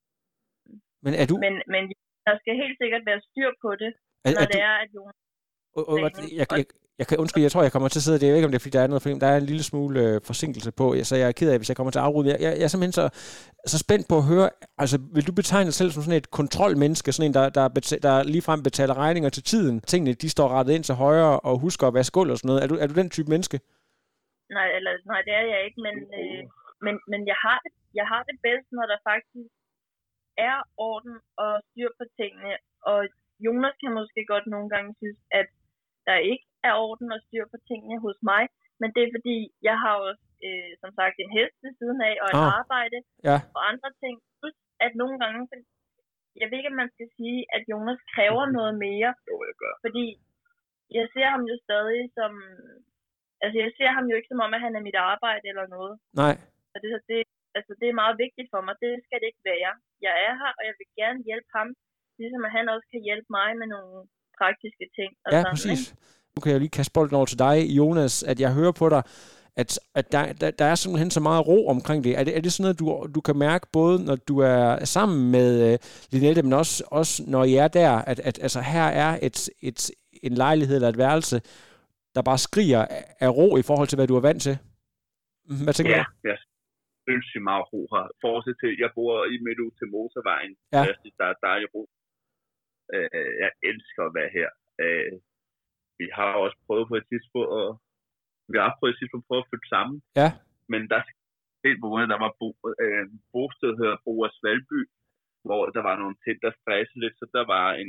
[SPEAKER 5] Men er du...
[SPEAKER 7] Men, men der skal helt sikkert være styr på det,
[SPEAKER 5] er,
[SPEAKER 7] når
[SPEAKER 5] er
[SPEAKER 7] det
[SPEAKER 5] du...
[SPEAKER 7] er, at Jonas...
[SPEAKER 5] Og, og, jeg, jeg, jeg kan undskyld, jeg tror, jeg kommer til at sidde, det er jo ikke, om det er, fordi der er noget problem. Der er en lille smule øh, forsinkelse på, så jeg er ked af, hvis jeg kommer til at afrunde. Jeg, jeg, jeg er simpelthen så, så spændt på at høre, altså vil du betegne dig selv som sådan et kontrolmenneske, sådan en, der, der, betaler, der ligefrem betaler regninger til tiden? Tingene, de står rettet ind til højre og husker at vaske gulv og sådan noget. Er du, er du den type menneske?
[SPEAKER 7] Nej, eller, nej, det er jeg ikke, men, øh, men, men jeg, har det, jeg har det bedst, når der faktisk er orden og styr på tingene, og Jonas kan måske godt nogle gange synes, at der ikke er orden og styr på tingene hos mig, men det er fordi, jeg har også, øh, som sagt, en hest ved siden af, og et
[SPEAKER 5] ah.
[SPEAKER 7] arbejde,
[SPEAKER 5] ja.
[SPEAKER 7] og andre ting. Plus, at nogle gange, jeg ved ikke, om man skal sige, at Jonas kræver noget mere,
[SPEAKER 6] jo, jeg gør.
[SPEAKER 7] fordi jeg ser ham jo stadig som, altså jeg ser ham jo ikke som om, at han er mit arbejde eller noget.
[SPEAKER 5] Nej.
[SPEAKER 7] Og det, det, altså, det er meget vigtigt for mig, det skal det ikke være. Jeg er her, og jeg vil gerne hjælpe ham, ligesom at han også kan hjælpe mig med nogle praktiske ting. Og
[SPEAKER 5] ja,
[SPEAKER 7] sådan,
[SPEAKER 5] præcis.
[SPEAKER 7] Ikke?
[SPEAKER 5] Nu kan jeg lige kaste bolden over til dig, Jonas, at jeg hører på dig, at, at der, der, der er simpelthen så meget ro omkring det. Er det, er det sådan noget, du, du kan mærke, både når du er sammen med uh, Linette, men også, også når I er der, at, at altså, her er et, et, en lejlighed eller et værelse, der bare skriger af ro i forhold til, hvad du er vant til? Hvad tænker
[SPEAKER 6] ja,
[SPEAKER 5] du?
[SPEAKER 6] Ja, jeg synes, det er meget ro her. Fortsæt til, jeg bor i midt ud til motorvejen.
[SPEAKER 5] Ja.
[SPEAKER 6] Jeg synes, der er dejlig ro. Uh, jeg elsker at være her. Uh, vi har også prøvet på et tidspunkt, og vi har prøvet et tidspunkt at prøve at flytte sammen.
[SPEAKER 5] Ja.
[SPEAKER 6] Men der helt på grund af, der var bo, øh, bosted her, Boers Valby, hvor der var nogle ting, der stressede lidt, så der var en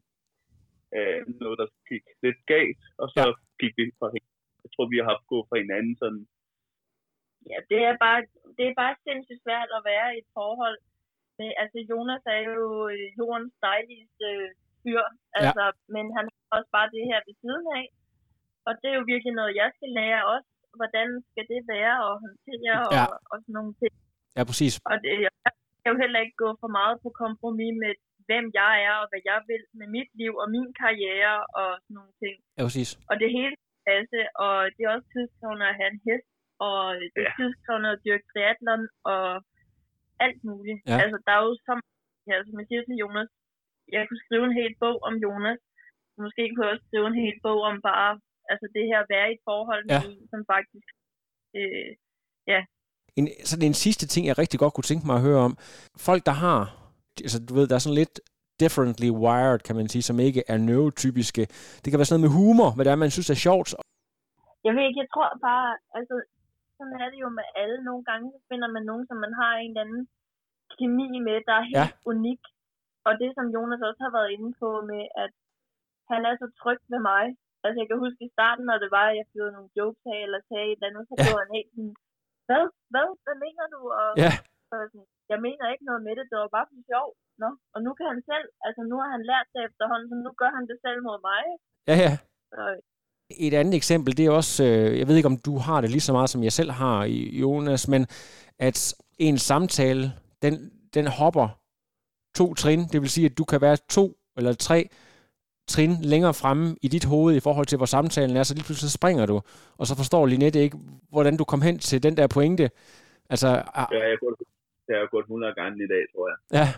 [SPEAKER 6] øh, noget, der gik lidt galt, og så ja. gik vi fra hinanden. Jeg tror, vi har haft gået fra hinanden sådan.
[SPEAKER 7] Ja, det er bare, det er bare sindssygt svært at være i et forhold. Men, altså, Jonas er jo jordens dejligste fyr, altså, ja. Men han har også bare det her ved siden af. Og det er jo virkelig noget, jeg skal lære også. Hvordan skal det være at håndtere og,
[SPEAKER 5] ja.
[SPEAKER 7] og sådan nogle ting.
[SPEAKER 5] Ja, præcis.
[SPEAKER 7] Og det, jeg kan jo heller ikke gå for meget på kompromis med, hvem jeg er og hvad jeg vil med mit liv og min karriere og sådan nogle ting.
[SPEAKER 5] Ja, præcis.
[SPEAKER 7] Og det hele passe, og det er også tidskrævende at have en hest, og det er
[SPEAKER 6] Ja.
[SPEAKER 7] tidskrævende at dyrke triathlon, og alt muligt.
[SPEAKER 5] Ja.
[SPEAKER 7] Altså, der er jo så ja, som jeg siger til Jonas, jeg kunne skrive en hel bog om Jonas, måske kunne jeg også skrive en hel bog om bare, altså det her at være i et forhold med
[SPEAKER 5] Ja.
[SPEAKER 7] en, som faktisk, øh, ja.
[SPEAKER 5] En, sådan en sidste ting, jeg rigtig godt kunne tænke mig at høre om. Folk, der har, altså du ved, der er sådan lidt differently wired, kan man sige, som ikke er neurotypiske. Det kan være sådan noget med humor, hvad det er, man synes er sjovt.
[SPEAKER 7] Jeg ved ikke, jeg tror bare, altså, sådan er det jo med alle. Nogle gange så finder man nogen, som man har en eller anden kemi med, der er helt ja. unik. Og det, som Jonas også har været inde på med, at han er så tryg ved mig. Altså, jeg kan huske i starten, når det var, at jeg fyrede nogle jokes af, eller sagde et eller andet, så ja. blev han helt sådan, hvad? Hvad? Hvad mener du? Og
[SPEAKER 5] ja.
[SPEAKER 7] så sådan, jeg mener ikke noget med det, det var bare for sjov. Nå? Og nu kan han selv, altså nu har han lært det efterhånden, så nu gør han det selv mod mig.
[SPEAKER 5] Ja, ja.
[SPEAKER 7] Så,
[SPEAKER 5] et andet eksempel, det er også, øh, jeg ved ikke, om du har det lige så meget, som jeg selv har, Jonas, men at en samtale, den, den hopper to trin, det vil sige, at du kan være to eller tre trin længere fremme i dit hoved i forhold til, hvor samtalen er, så lige pludselig springer du, og så forstår Linette ikke, hvordan du kom hen til den der pointe. Altså,
[SPEAKER 6] ah, ja, jeg har, gået, jeg har gået hundrede gange i dag, tror jeg.
[SPEAKER 5] Ja.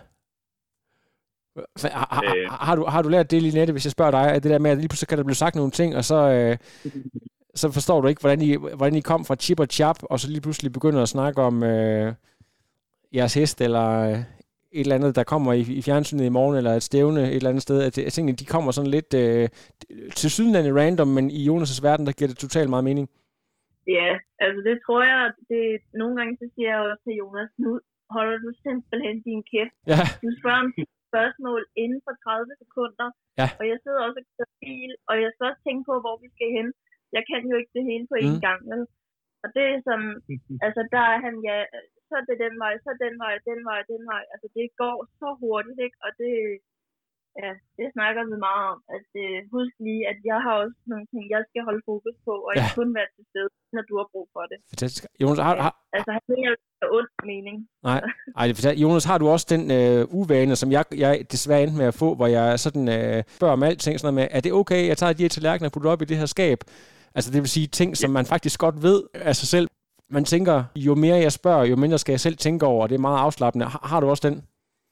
[SPEAKER 5] Har, har, øh. har, du, har du lært det, Linette, hvis jeg spørger dig, at det der med, at lige pludselig kan der blive sagt nogle ting, og så, øh, så forstår du ikke, hvordan I, hvordan I kom fra chip og chap, og så lige pludselig begynder at snakke om øh, jeres hest, eller øh, et eller andet, der kommer i, i fjernsynet i morgen, eller et stævne et eller andet sted. At, at tingene, de kommer sådan lidt øh, til sydenlande random, men i Jonas' verden, der giver det totalt meget mening.
[SPEAKER 7] Ja, altså det tror jeg, det nogle gange så siger jeg også til Jonas, nu holder du simpelthen din kæft.
[SPEAKER 5] Ja.
[SPEAKER 7] Du spørger om spørgsmål inden for tredive sekunder,
[SPEAKER 5] ja.
[SPEAKER 7] og jeg sidder også og kører bil, og jeg skal også tænke på, hvor vi skal hen. Jeg kan jo ikke det hele på én mm. gang, vel? Og det er som, altså der er han, ja, så er det den vej, så den vej, den vej, den vej. Altså det går så hurtigt, ikke? Og det, ja, det snakker vi meget om. At øh, husk lige, at jeg har også nogle ting, jeg skal holde fokus på, og ja. ikke kun være til stede, når du har brug for det.
[SPEAKER 5] Fantastisk. Jonas, har, har...
[SPEAKER 7] Altså han mener jo, det er ond mening.
[SPEAKER 5] Nej, Ej, det er Jonas, har du også den øh, uvane, som jeg, jeg desværre endte med at få, hvor jeg sådan øh, spørger om alting, sådan noget med, er det okay, jeg tager de her tallerkener og putter op i det her skab? Altså det vil sige ting, som man faktisk godt ved af sig selv. Man tænker, jo mere jeg spørger, jo mindre skal jeg selv tænke over, og det er meget afslappende. Har, har du også den?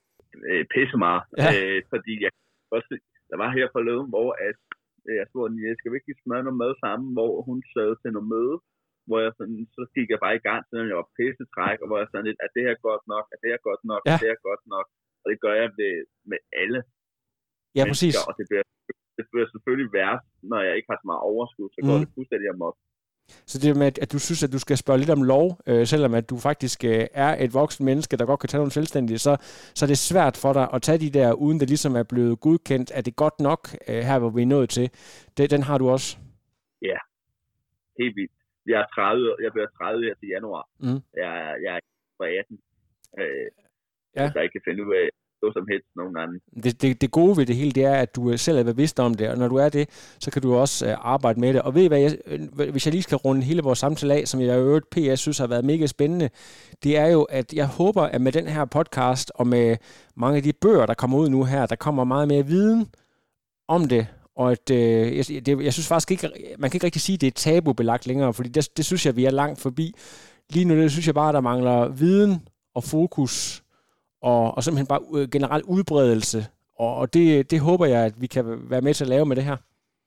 [SPEAKER 6] Øh, pisse meget.
[SPEAKER 5] Ja.
[SPEAKER 6] Øh, fordi jeg også, der var her forleden, hvor at, øh, jeg spurgte, jeg skal virkelig smøre noget mad sammen, hvor hun sad til noget møde, hvor jeg sådan, så gik jeg bare i gang, selvom jeg var pisse træk, og hvor jeg sådan lidt, er det her godt nok, er det her godt nok, ja. er det her godt nok, og det gør jeg med, med alle.
[SPEAKER 5] Ja, præcis.
[SPEAKER 6] Og det bliver, det bliver selvfølgelig værst, når jeg ikke har så meget overskud, så går mm. det fuldstændig amok.
[SPEAKER 5] Så det med, at du synes, at du skal spørge lidt om lov, øh, selvom at du faktisk øh, er et voksen menneske, der godt kan tage nogle selvstændige, så, så er det svært for dig at tage de der, uden det ligesom er blevet godkendt. Er det godt nok øh, her, hvor vi er nået til? Det, den har du også?
[SPEAKER 6] Ja, helt vildt. Jeg er tredive, jeg bliver tredive her til januar. Mm. Jeg, jeg er fra atten. Øh, ja. Så jeg kan finde ud af noget som helst nogle gange.
[SPEAKER 5] Det, det, det gode ved det hele, det er, at du selv er bevidst om det, og når du er det, så kan du også uh, arbejde med det. Og ved I hvad, jeg, hvis jeg lige skal runde hele vores samtale af, som jeg i øvrigt P S synes har været mega spændende, det er jo, at jeg håber, at med den her podcast, og med mange af de bøger, der kommer ud nu her, der kommer meget mere viden om det, og at, øh, jeg, det, jeg synes faktisk ikke, man kan ikke rigtig sige, at det er tabubelagt længere, fordi det, det synes jeg, vi er langt forbi. Lige nu, det synes jeg bare, der mangler viden og fokus, og, og simpelthen bare generel udbredelse, og, og det, det håber jeg, at vi kan være med til at lave med det her.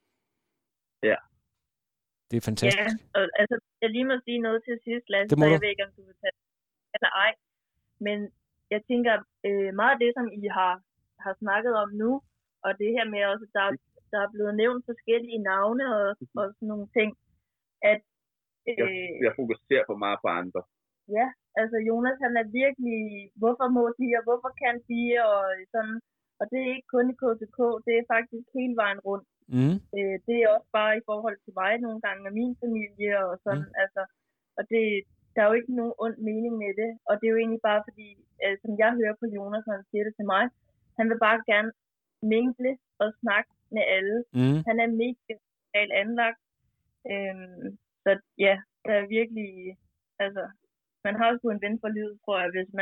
[SPEAKER 6] Ja.
[SPEAKER 5] Det er fantastisk.
[SPEAKER 7] Ja, og, altså, jeg lige må sige noget til sidst, Lasse, så jeg ved ikke, om du vil tage det eller ej, men jeg tænker, øh, meget af det, som I har, har snakket om nu, og det her med også, der, der er blevet nævnt forskellige navne og, og sådan nogle ting, at
[SPEAKER 6] øh, jeg, jeg fokuserer for meget på andre.
[SPEAKER 7] Ja, altså Jonas, han er virkelig, hvorfor må de, og hvorfor kan de, og sådan, og det er ikke kun i K T K, det er faktisk hele vejen rundt.
[SPEAKER 5] Mm.
[SPEAKER 7] Øh, det er også bare i forhold til mig nogle gange, og min familie, og sådan, mm. altså, og det, der er jo ikke nogen ond mening med det, og det er jo egentlig bare fordi, øh, som jeg hører på Jonas, når han siger det til mig, han vil bare gerne mingle og snakke med alle.
[SPEAKER 5] Mm.
[SPEAKER 7] Han er mega socialt anlagt, øhm, så ja, der er virkelig, altså, man har også en ven for livet, tror jeg, hvis man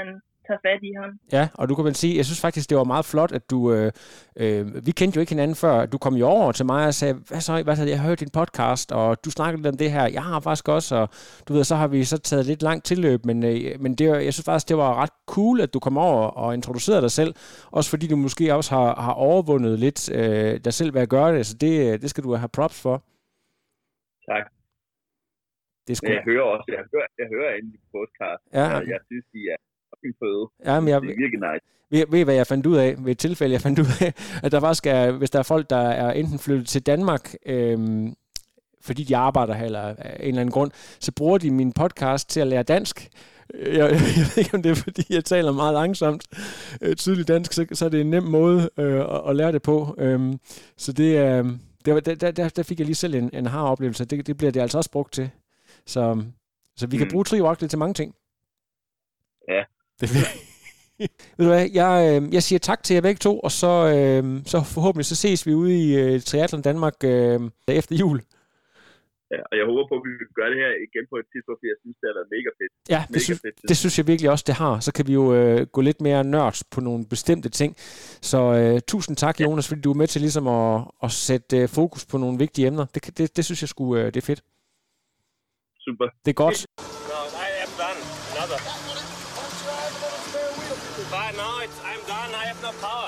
[SPEAKER 7] tager fat i ham.
[SPEAKER 5] Ja, og du kan vel sige, jeg synes faktisk, det var meget flot, at du, øh, øh, vi kendte jo ikke hinanden før, du kom jo over til mig og sagde, hvad så, hvad så, jeg har hørt din podcast, og du snakkede lidt om det her, jeg har faktisk også, og du ved, så har vi så taget lidt langt tilløb, men, øh, men det, jeg synes faktisk, det var ret cool, at du kom over og introducerede dig selv, også fordi du måske også har, har overvundet lidt øh, dig selv ved at gøre det, så det, det skal du have props for.
[SPEAKER 6] Tak.
[SPEAKER 5] Det
[SPEAKER 6] sku... Jeg hører også, jeg hører, jeg hører inde i podcast,
[SPEAKER 5] ja.
[SPEAKER 6] og jeg synes, de er fucking fede.
[SPEAKER 5] Ja, men jeg...
[SPEAKER 6] Det er virkelig nice.
[SPEAKER 5] Ved, ved hvad jeg fandt ud af, ved et tilfælde, jeg fandt ud af, at der faktisk er, hvis der er folk, der er enten flyttet til Danmark, øhm, fordi de arbejder her, eller af en eller anden grund, så bruger de min podcast til at lære dansk. Jeg, jeg ved ikke, om det er, fordi jeg taler meget langsomt, øh, tydeligt dansk, så, så er det en nem måde øh, at, at lære det på. Øhm, så det, øh, det var, der, der, der fik jeg lige selv en, en har-oplevelse. Det, det bliver det altså også brugt til. Så, så vi mm. kan bruge Trioraklet til mange ting.
[SPEAKER 6] Ja.
[SPEAKER 5] Det ved du hvad, jeg, øh, jeg siger tak til jer begge to, og så, øh, så forhåbentlig så ses vi ude i øh, Triathlon Danmark øh, efter jul.
[SPEAKER 6] Ja, og jeg håber på, at vi vil gøre det her igen på et tidspunkt, fordi jeg synes, det har været mega fedt.
[SPEAKER 5] Ja, det,
[SPEAKER 6] mega
[SPEAKER 5] synes,
[SPEAKER 6] fedt.
[SPEAKER 5] det synes jeg virkelig også, det har. Så kan vi jo øh, gå lidt mere nørds på nogle bestemte ting. Så øh, tusind tak, Jonas, fordi du er med til ligesom at, at sætte øh, fokus på nogle vigtige emner. Det, det, det synes jeg sgu, øh, det er fedt.
[SPEAKER 6] Super.
[SPEAKER 5] Det er godt.
[SPEAKER 3] No, I am done. Another. But no, it's, I'm done. I have no power.